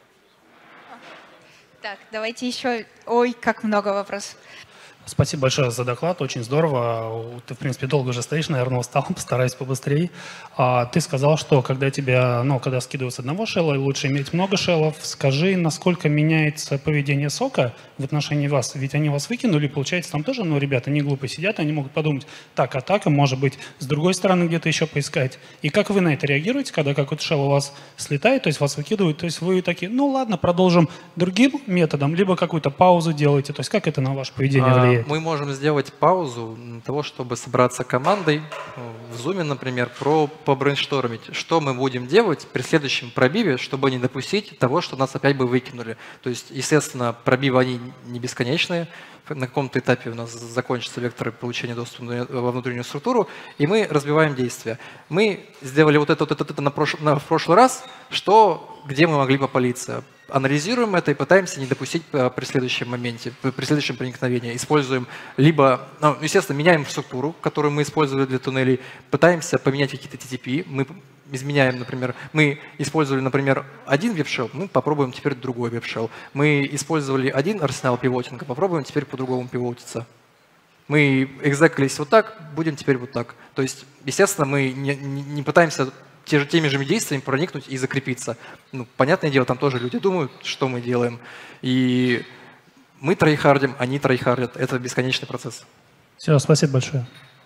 Так, давайте еще... Ой, как много вопросов. Спасибо большое за доклад, очень здорово. Ты, в принципе, долго уже стоишь, наверное, устал, постараюсь побыстрее. Ты сказал, что когда когда скидывают с одного шелла, лучше иметь много шеллов. Скажи, насколько меняется поведение сока в отношении вас? Ведь они вас выкинули, получается, там тоже, ребята не глупо сидят, они могут подумать, так, атака, может быть, с другой стороны где-то еще поискать. И как вы на это реагируете, когда какой-то шелл у вас слетает, то есть вас выкидывают, то есть вы такие, ну ладно, продолжим другим методом, либо какую-то паузу делаете, то есть как это на ваше поведение влияет? Мы можем сделать паузу для того, чтобы собраться командой в Zoom, например, побрейнштормить, что мы будем делать при следующем пробиве, чтобы не допустить того, что нас опять бы выкинули. То есть, естественно, пробивы они не бесконечные. На каком-то этапе у нас закончатся векторы получения доступа во внутреннюю структуру, и мы разбиваем действия. Мы сделали вот это в прошлый раз, где мы могли попалиться. Анализируем это и пытаемся не допустить при следующем моменте, при следующем проникновении. Используем либо, естественно, меняем структуру, которую мы использовали для туннелей, пытаемся поменять какие-то TTP, мы изменяем, например, мы использовали, например, один веб-шелл, мы попробуем теперь другой веб-шелл. Мы использовали один арсенал пивотинга, попробуем теперь по-другому пивотиться. Мы экзекались вот так, будем теперь вот так. То есть, естественно, мы не пытаемся теми же действиями проникнуть и закрепиться. Понятное дело, там тоже люди думают, что мы делаем. И мы трайхардим, они трайхардят. Это бесконечный процесс. Все, спасибо большое.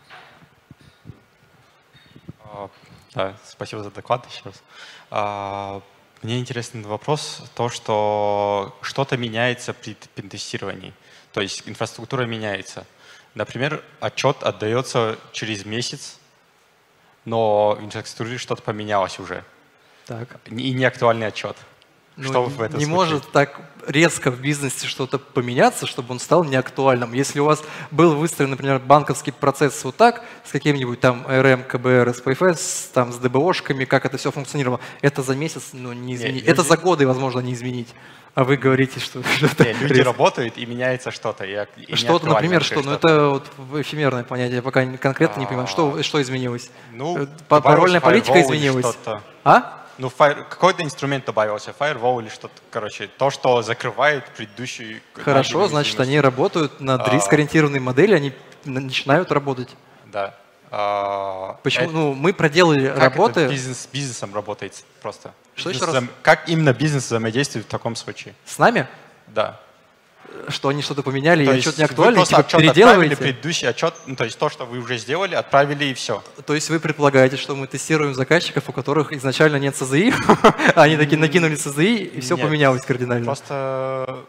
Да, спасибо за доклад еще раз. Мне интересный вопрос, то, что что-то меняется при пентестировании. То есть инфраструктура меняется. Например, отчет отдается через месяц, но в инфраструктуре что-то поменялось уже. Так. И не актуальный отчет. Что в этом не может так резко в бизнесе что-то поменяться, чтобы он стал неактуальным. Если у вас был выстроен, например, банковский процесс вот так, с каким-нибудь там РМ, КБР, СПФС, там с ДБОшками, как это все функционировало, это за месяц не изменить. Это за годы, возможно, не изменить. А вы говорите, что... люди работают, и меняется что-то. Что-то, например, что? Это вот эфемерное понятие, я пока конкретно не понимаю. Что изменилось? Парольная политика изменилась. Какой-то инструмент добавился, firewall или что-то, то, что закрывает предыдущий... Хорошо, значит, они работают над риск-ориентированной моделью, они начинают работать. Да. Почему? Мы проделали работы... Как это с бизнесом работает просто? Что еще раз? Как именно бизнес взаимодействует в таком случае? С нами? Да. Что они что-то поменяли, и отчет не актуальный, вы просто переделываете? Предыдущий отчет, то есть то, что вы уже сделали, отправили и все. То есть вы предполагаете, что мы тестируем заказчиков, у которых изначально нет СЗИ, они такие накинули СЗИ, и все поменялось кардинально? Просто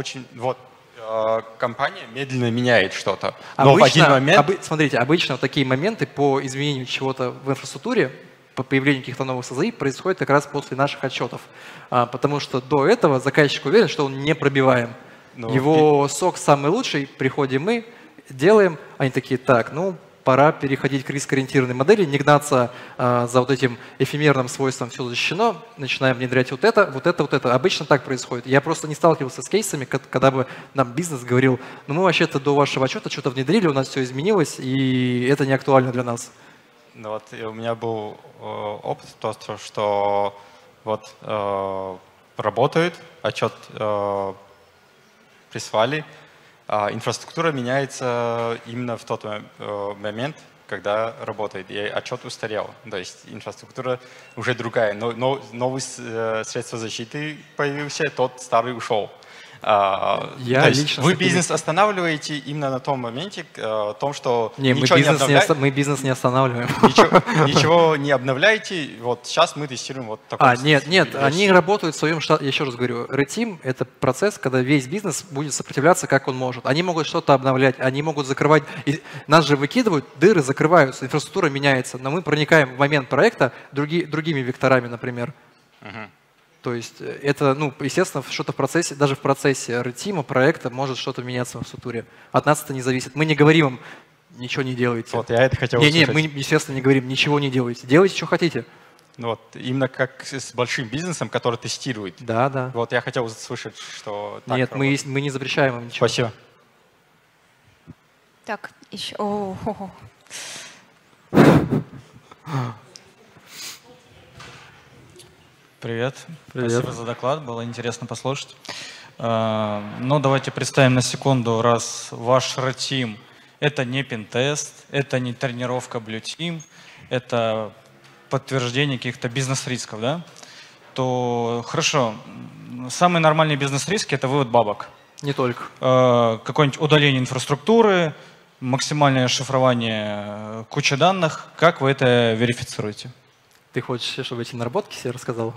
компания медленно меняет что-то, но в один момент... Смотрите, обычно такие моменты по изменению чего-то в инфраструктуре, по появлению каких-то новых СЗИ происходит как раз после наших отчетов, потому что до этого заказчик уверен, что он не пробиваем. Его сок самый лучший, приходим мы, делаем, они такие, так, ну, пора переходить к риск-ориентированной модели, не гнаться за вот этим эфемерным свойством «все защищено», начинаем внедрять вот это, вот это, вот это. Обычно так происходит. Я просто не сталкивался с кейсами, когда бы нам бизнес говорил, ну мы вообще-то до вашего отчета что-то внедрили, у нас все изменилось, и это не актуально для нас. Ну вот у меня был опыт, что вот работает, отчет прислали, инфраструктура меняется именно в тот момент, когда работает, и отчет устарел. То есть инфраструктура уже другая, но новые средства защиты появился, тот старый ушел. То есть вы бизнес останавливаете именно на том моменте, том, что ничего не обновляете. Мы бизнес не останавливаем. Ничего не обновляете. Вот сейчас мы тестируем вот такой. Нет, они работают в своем штате. Я еще раз говорю, Red Team — это процесс, когда весь бизнес будет сопротивляться, как он может. Они могут что-то обновлять, они могут закрывать. Нас же выкидывают, дыры закрываются, инфраструктура меняется, но мы проникаем в момент проекта другими векторами, например. То есть это, ну, естественно, что-то в процессе, даже в процессе Red Team проекта может что-то меняться в инфраструктуре. От нас это не зависит. Мы не говорим им, ничего не делайте. Вот, я это хотел услышать. Мы, естественно, не говорим, ничего не делайте. Делайте, что хотите. Вот, именно как с большим бизнесом, который тестирует. Да. Вот я хотел услышать, что так Нет, мы не запрещаем им ничего. Спасибо. Так, еще. Привет. Спасибо за доклад, было интересно послушать. Ну, давайте представим на секунду, раз ваш Red Team — это не пентест, это не тренировка Blue Team, это подтверждение каких-то бизнес-рисков, да? То хорошо, самые нормальные бизнес-риски — это вывод бабок. Не только. Какое-нибудь удаление инфраструктуры, максимальное шифрование кучи данных. Как вы это верифицируете? Ты хочешь, чтобы эти наработки себе рассказал?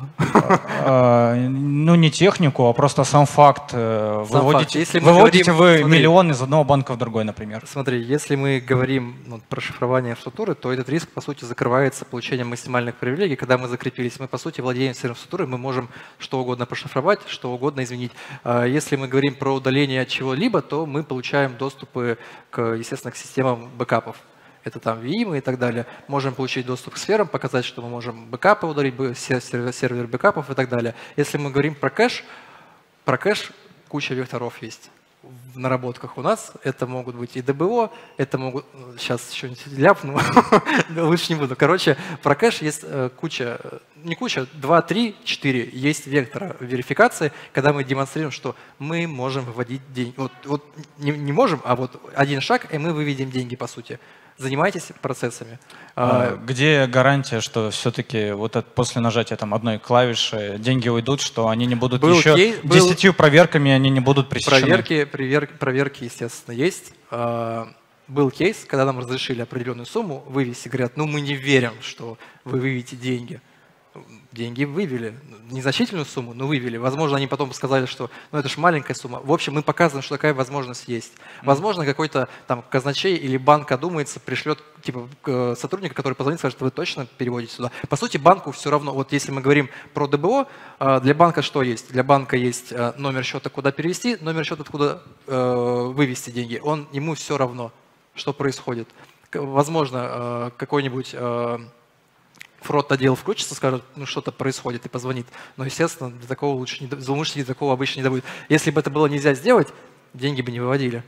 Ну, не технику, а просто сам факт. Выводите вы миллион из одного банка в другой, например. Смотри, если мы говорим про шифрование инфраструктуры, то этот риск, по сути, закрывается получением максимальных привилегий. Когда мы закрепились, мы, по сути, владеем всей инфраструктурой, мы можем что угодно прошифровать, что угодно изменить. Если мы говорим про удаление чего-либо, то мы получаем доступы, естественно, к системам бэкапов. Это там VM и так далее. Можем получить доступ к сферам, показать, что мы можем бэкапы удалить, сервер бэкапов и так далее. Если мы говорим про кэш куча векторов есть. В наработках у нас это могут быть и ДБО, это могут… Сейчас что-нибудь ляпну, лучше не буду. Короче, про кэш есть куча, не куча, 2, 3, 4 есть вектора верификации, когда мы демонстрируем, что мы можем выводить деньги. Вот не можем, а вот один шаг, и мы выведем деньги, по сути. Занимайтесь процессами. Где гарантия, что все-таки вот после нажатия там одной клавиши деньги уйдут, что они не будут еще 10 проверками, они не будут пресечены? Проверки, естественно, есть. Был кейс, когда нам разрешили определенную сумму вывести, говорят, ну мы не верим, что вы выведете деньги. Деньги вывели, незначительную сумму, но вывели. Возможно, они потом сказали, что ну, это же маленькая сумма. В общем, мы показываем, что такая возможность есть. Возможно, какой-то там казначей или банк одумается, пришлет типа сотрудника, который позвонит, скажет, что вы точно переводите сюда. По сути, банку все равно. Вот если мы говорим про ДБО, для банка что есть? Для банка есть номер счета, куда перевести, номер счета, откуда вывести деньги. Ему все равно, что происходит. Возможно, какой-нибудь… фрод-отдел включится, скажет, ну что-то происходит и позвонит. Но, естественно, для такого злоумышленники такого обычно не добудут. Если бы это было нельзя сделать, деньги бы не выводили.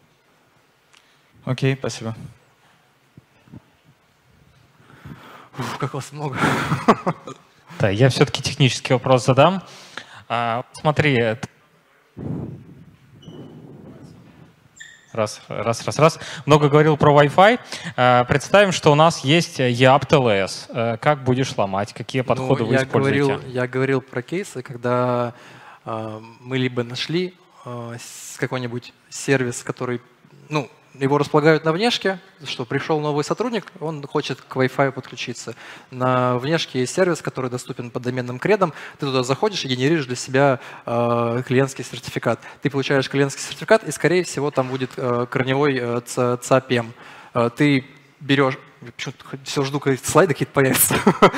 Окей, спасибо. Как вас много. Да, я все-таки технический вопрос задам. Смотри, Раз. Много говорил про Wi-Fi. Представим, что у нас есть EAP-TLS. Как будешь ломать? Какие подходы вы используете? Я говорил про кейсы, когда мы либо нашли какой-нибудь сервис, который, его располагают на внешке, что пришел новый сотрудник, он хочет к Wi-Fi подключиться. На внешке есть сервис, который доступен под доменным кредом. Ты туда заходишь и генеришь для себя клиентский сертификат. Ты получаешь клиентский сертификат, и, скорее всего, там будет корневой CAPM. Ты берешь, все жду, когда слайды какие-то появятся.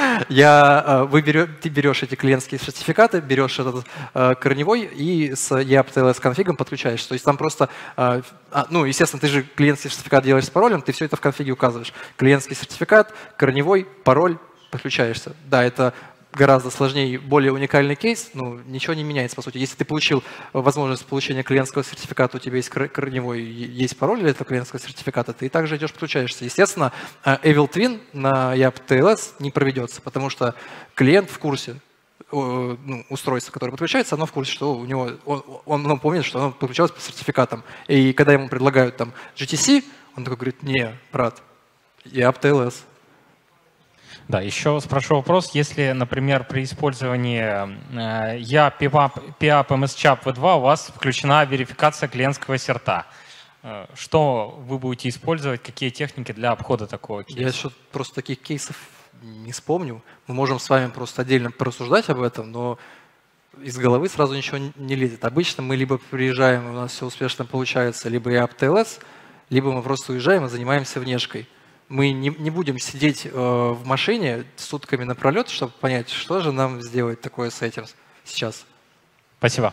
Ты берешь эти клиентские сертификаты, берешь этот корневой и с EAP-TLS конфигом подключаешь. То есть там просто, естественно, ты же клиентский сертификат делаешь с паролем, ты все это в конфиге указываешь. Клиентский сертификат, корневой, пароль, подключаешься. Да, это гораздо сложнее, более уникальный кейс, но ничего не меняется, по сути. Если ты получил возможность получения клиентского сертификата, у тебя есть корневой, есть пароль для этого клиентского сертификата, ты также идешь, подключаешься. Естественно, Evil Twin на EAP-TLS не проведется, потому что клиент в курсе, устройство, которое подключается, оно в курсе, что у него, он помнит, что оно подключалось по сертификатам. И когда ему предлагают там GTC, он такой говорит: не, брат, EAP-TLS. Да, еще спрошу вопрос. Если, например, при использовании PAP MSCHAP V2 у вас включена верификация клиентского серта, что вы будете использовать, какие техники для обхода такого кейса? Я еще просто таких кейсов не вспомню. Мы можем с вами просто отдельно порассуждать об этом, но из головы сразу ничего не лезет. Обычно мы либо приезжаем, у нас все успешно получается, либо EAP-TLS, либо мы просто уезжаем и занимаемся внешкой. Мы не будем сидеть в машине сутками напролет, чтобы понять, что же нам сделать такое с этим сейчас. Спасибо.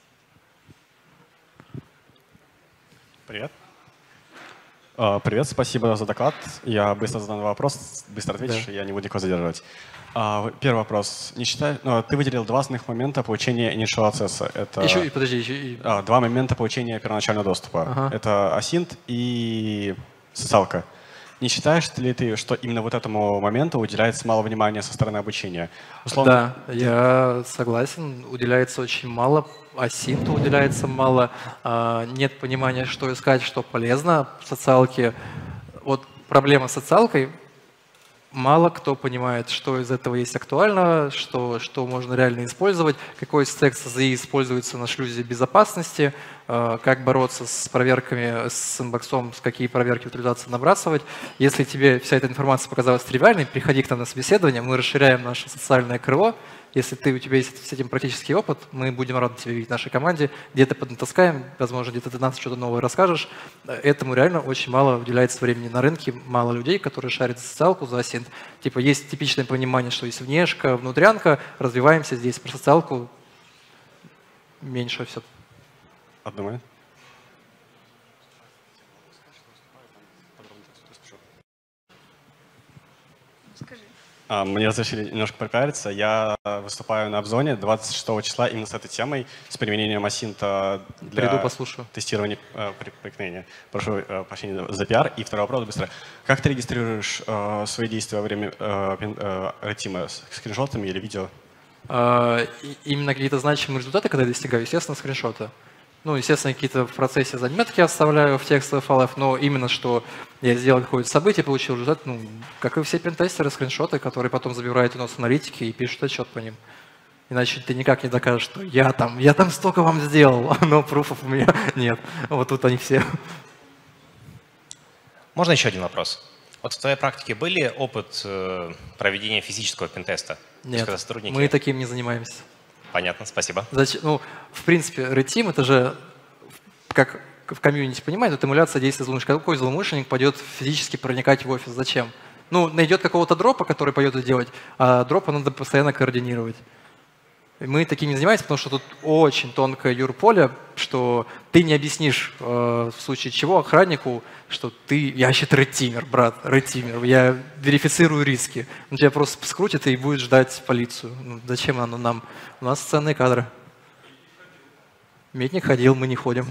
Привет. Привет, спасибо за доклад. Я быстро задам вопрос, быстро ответишь, да. Я не буду никого задерживать. Первый вопрос. Ты выделил два основных момента получения initial access. Это два момента получения первоначального доступа. Ага. Это async и социалка. Не считаешь ли ты, что именно вот этому моменту уделяется мало внимания со стороны обучения? Условно, да, я согласен. Уделяется очень мало, асинту уделяется мало. Нет понимания, что искать, что полезно в социалке. Вот проблема с социалкой. Мало кто понимает, что из этого есть актуально, что можно реально использовать, какой стек SZI используется на шлюзе безопасности, как бороться с проверками, с инбоксом, какие проверки утилизации набрасывать. Если тебе вся эта информация показалась тривиальной, приходи к нам на собеседование, мы расширяем наше социальное крыло. Если у тебя есть с этим практический опыт, мы будем рады тебя видеть в нашей команде. Где-то поднатаскаем, возможно, где-то ты нас что-то новое расскажешь. Этому реально очень мало уделяется времени на рынке, мало людей, которые шарят за социалку, за асинт. Типа есть типичное понимание, что есть внешка, внутрянка, развиваемся здесь. Про социалку меньше все. Одно. Мне разрешили немножко пропиариться. Я выступаю на Обзоне 26 числа именно с этой темой, с применением асинта для тестирования проникновения. Прошу прощения за пиар. И второй вопрос быстро. Как ты регистрируешь свои действия во время ретима? Скриншотами или видео? Именно какие-то значимые результаты, когда я достигаю, естественно, скриншоты. Естественно, какие-то в процессе заметки оставляю в текстовых файлах, но именно что я сделал какое-то событие, получил результат, как и все пентестеры, скриншоты, которые потом забирают у нас аналитики и пишут отчет по ним. Иначе ты никак не докажешь, что я там столько вам сделал, но пруфов у меня нет. Вот тут они все. Можно еще один вопрос? Вот в твоей практике были опыт проведения физического пентеста? Нет, мы таким не занимаемся. Понятно, спасибо. В принципе, Red Team — это же, как в комьюнити понимают, это эмуляция действия злоумышленника. Какой злоумышленник пойдет физически проникать в офис? Зачем? Найдет какого-то дропа, который пойдет это делать, а дропа надо постоянно координировать. Мы таким не занимаемся, потому что тут очень тонкое юрполе, что ты не объяснишь в случае чего охраннику, что я вообще-то редтимер, брат, редтимер, я верифицирую риски. Он тебя просто скрутит и будет ждать полицию. Зачем оно нам? У нас ценные кадры. Метник ходил, мы не ходим.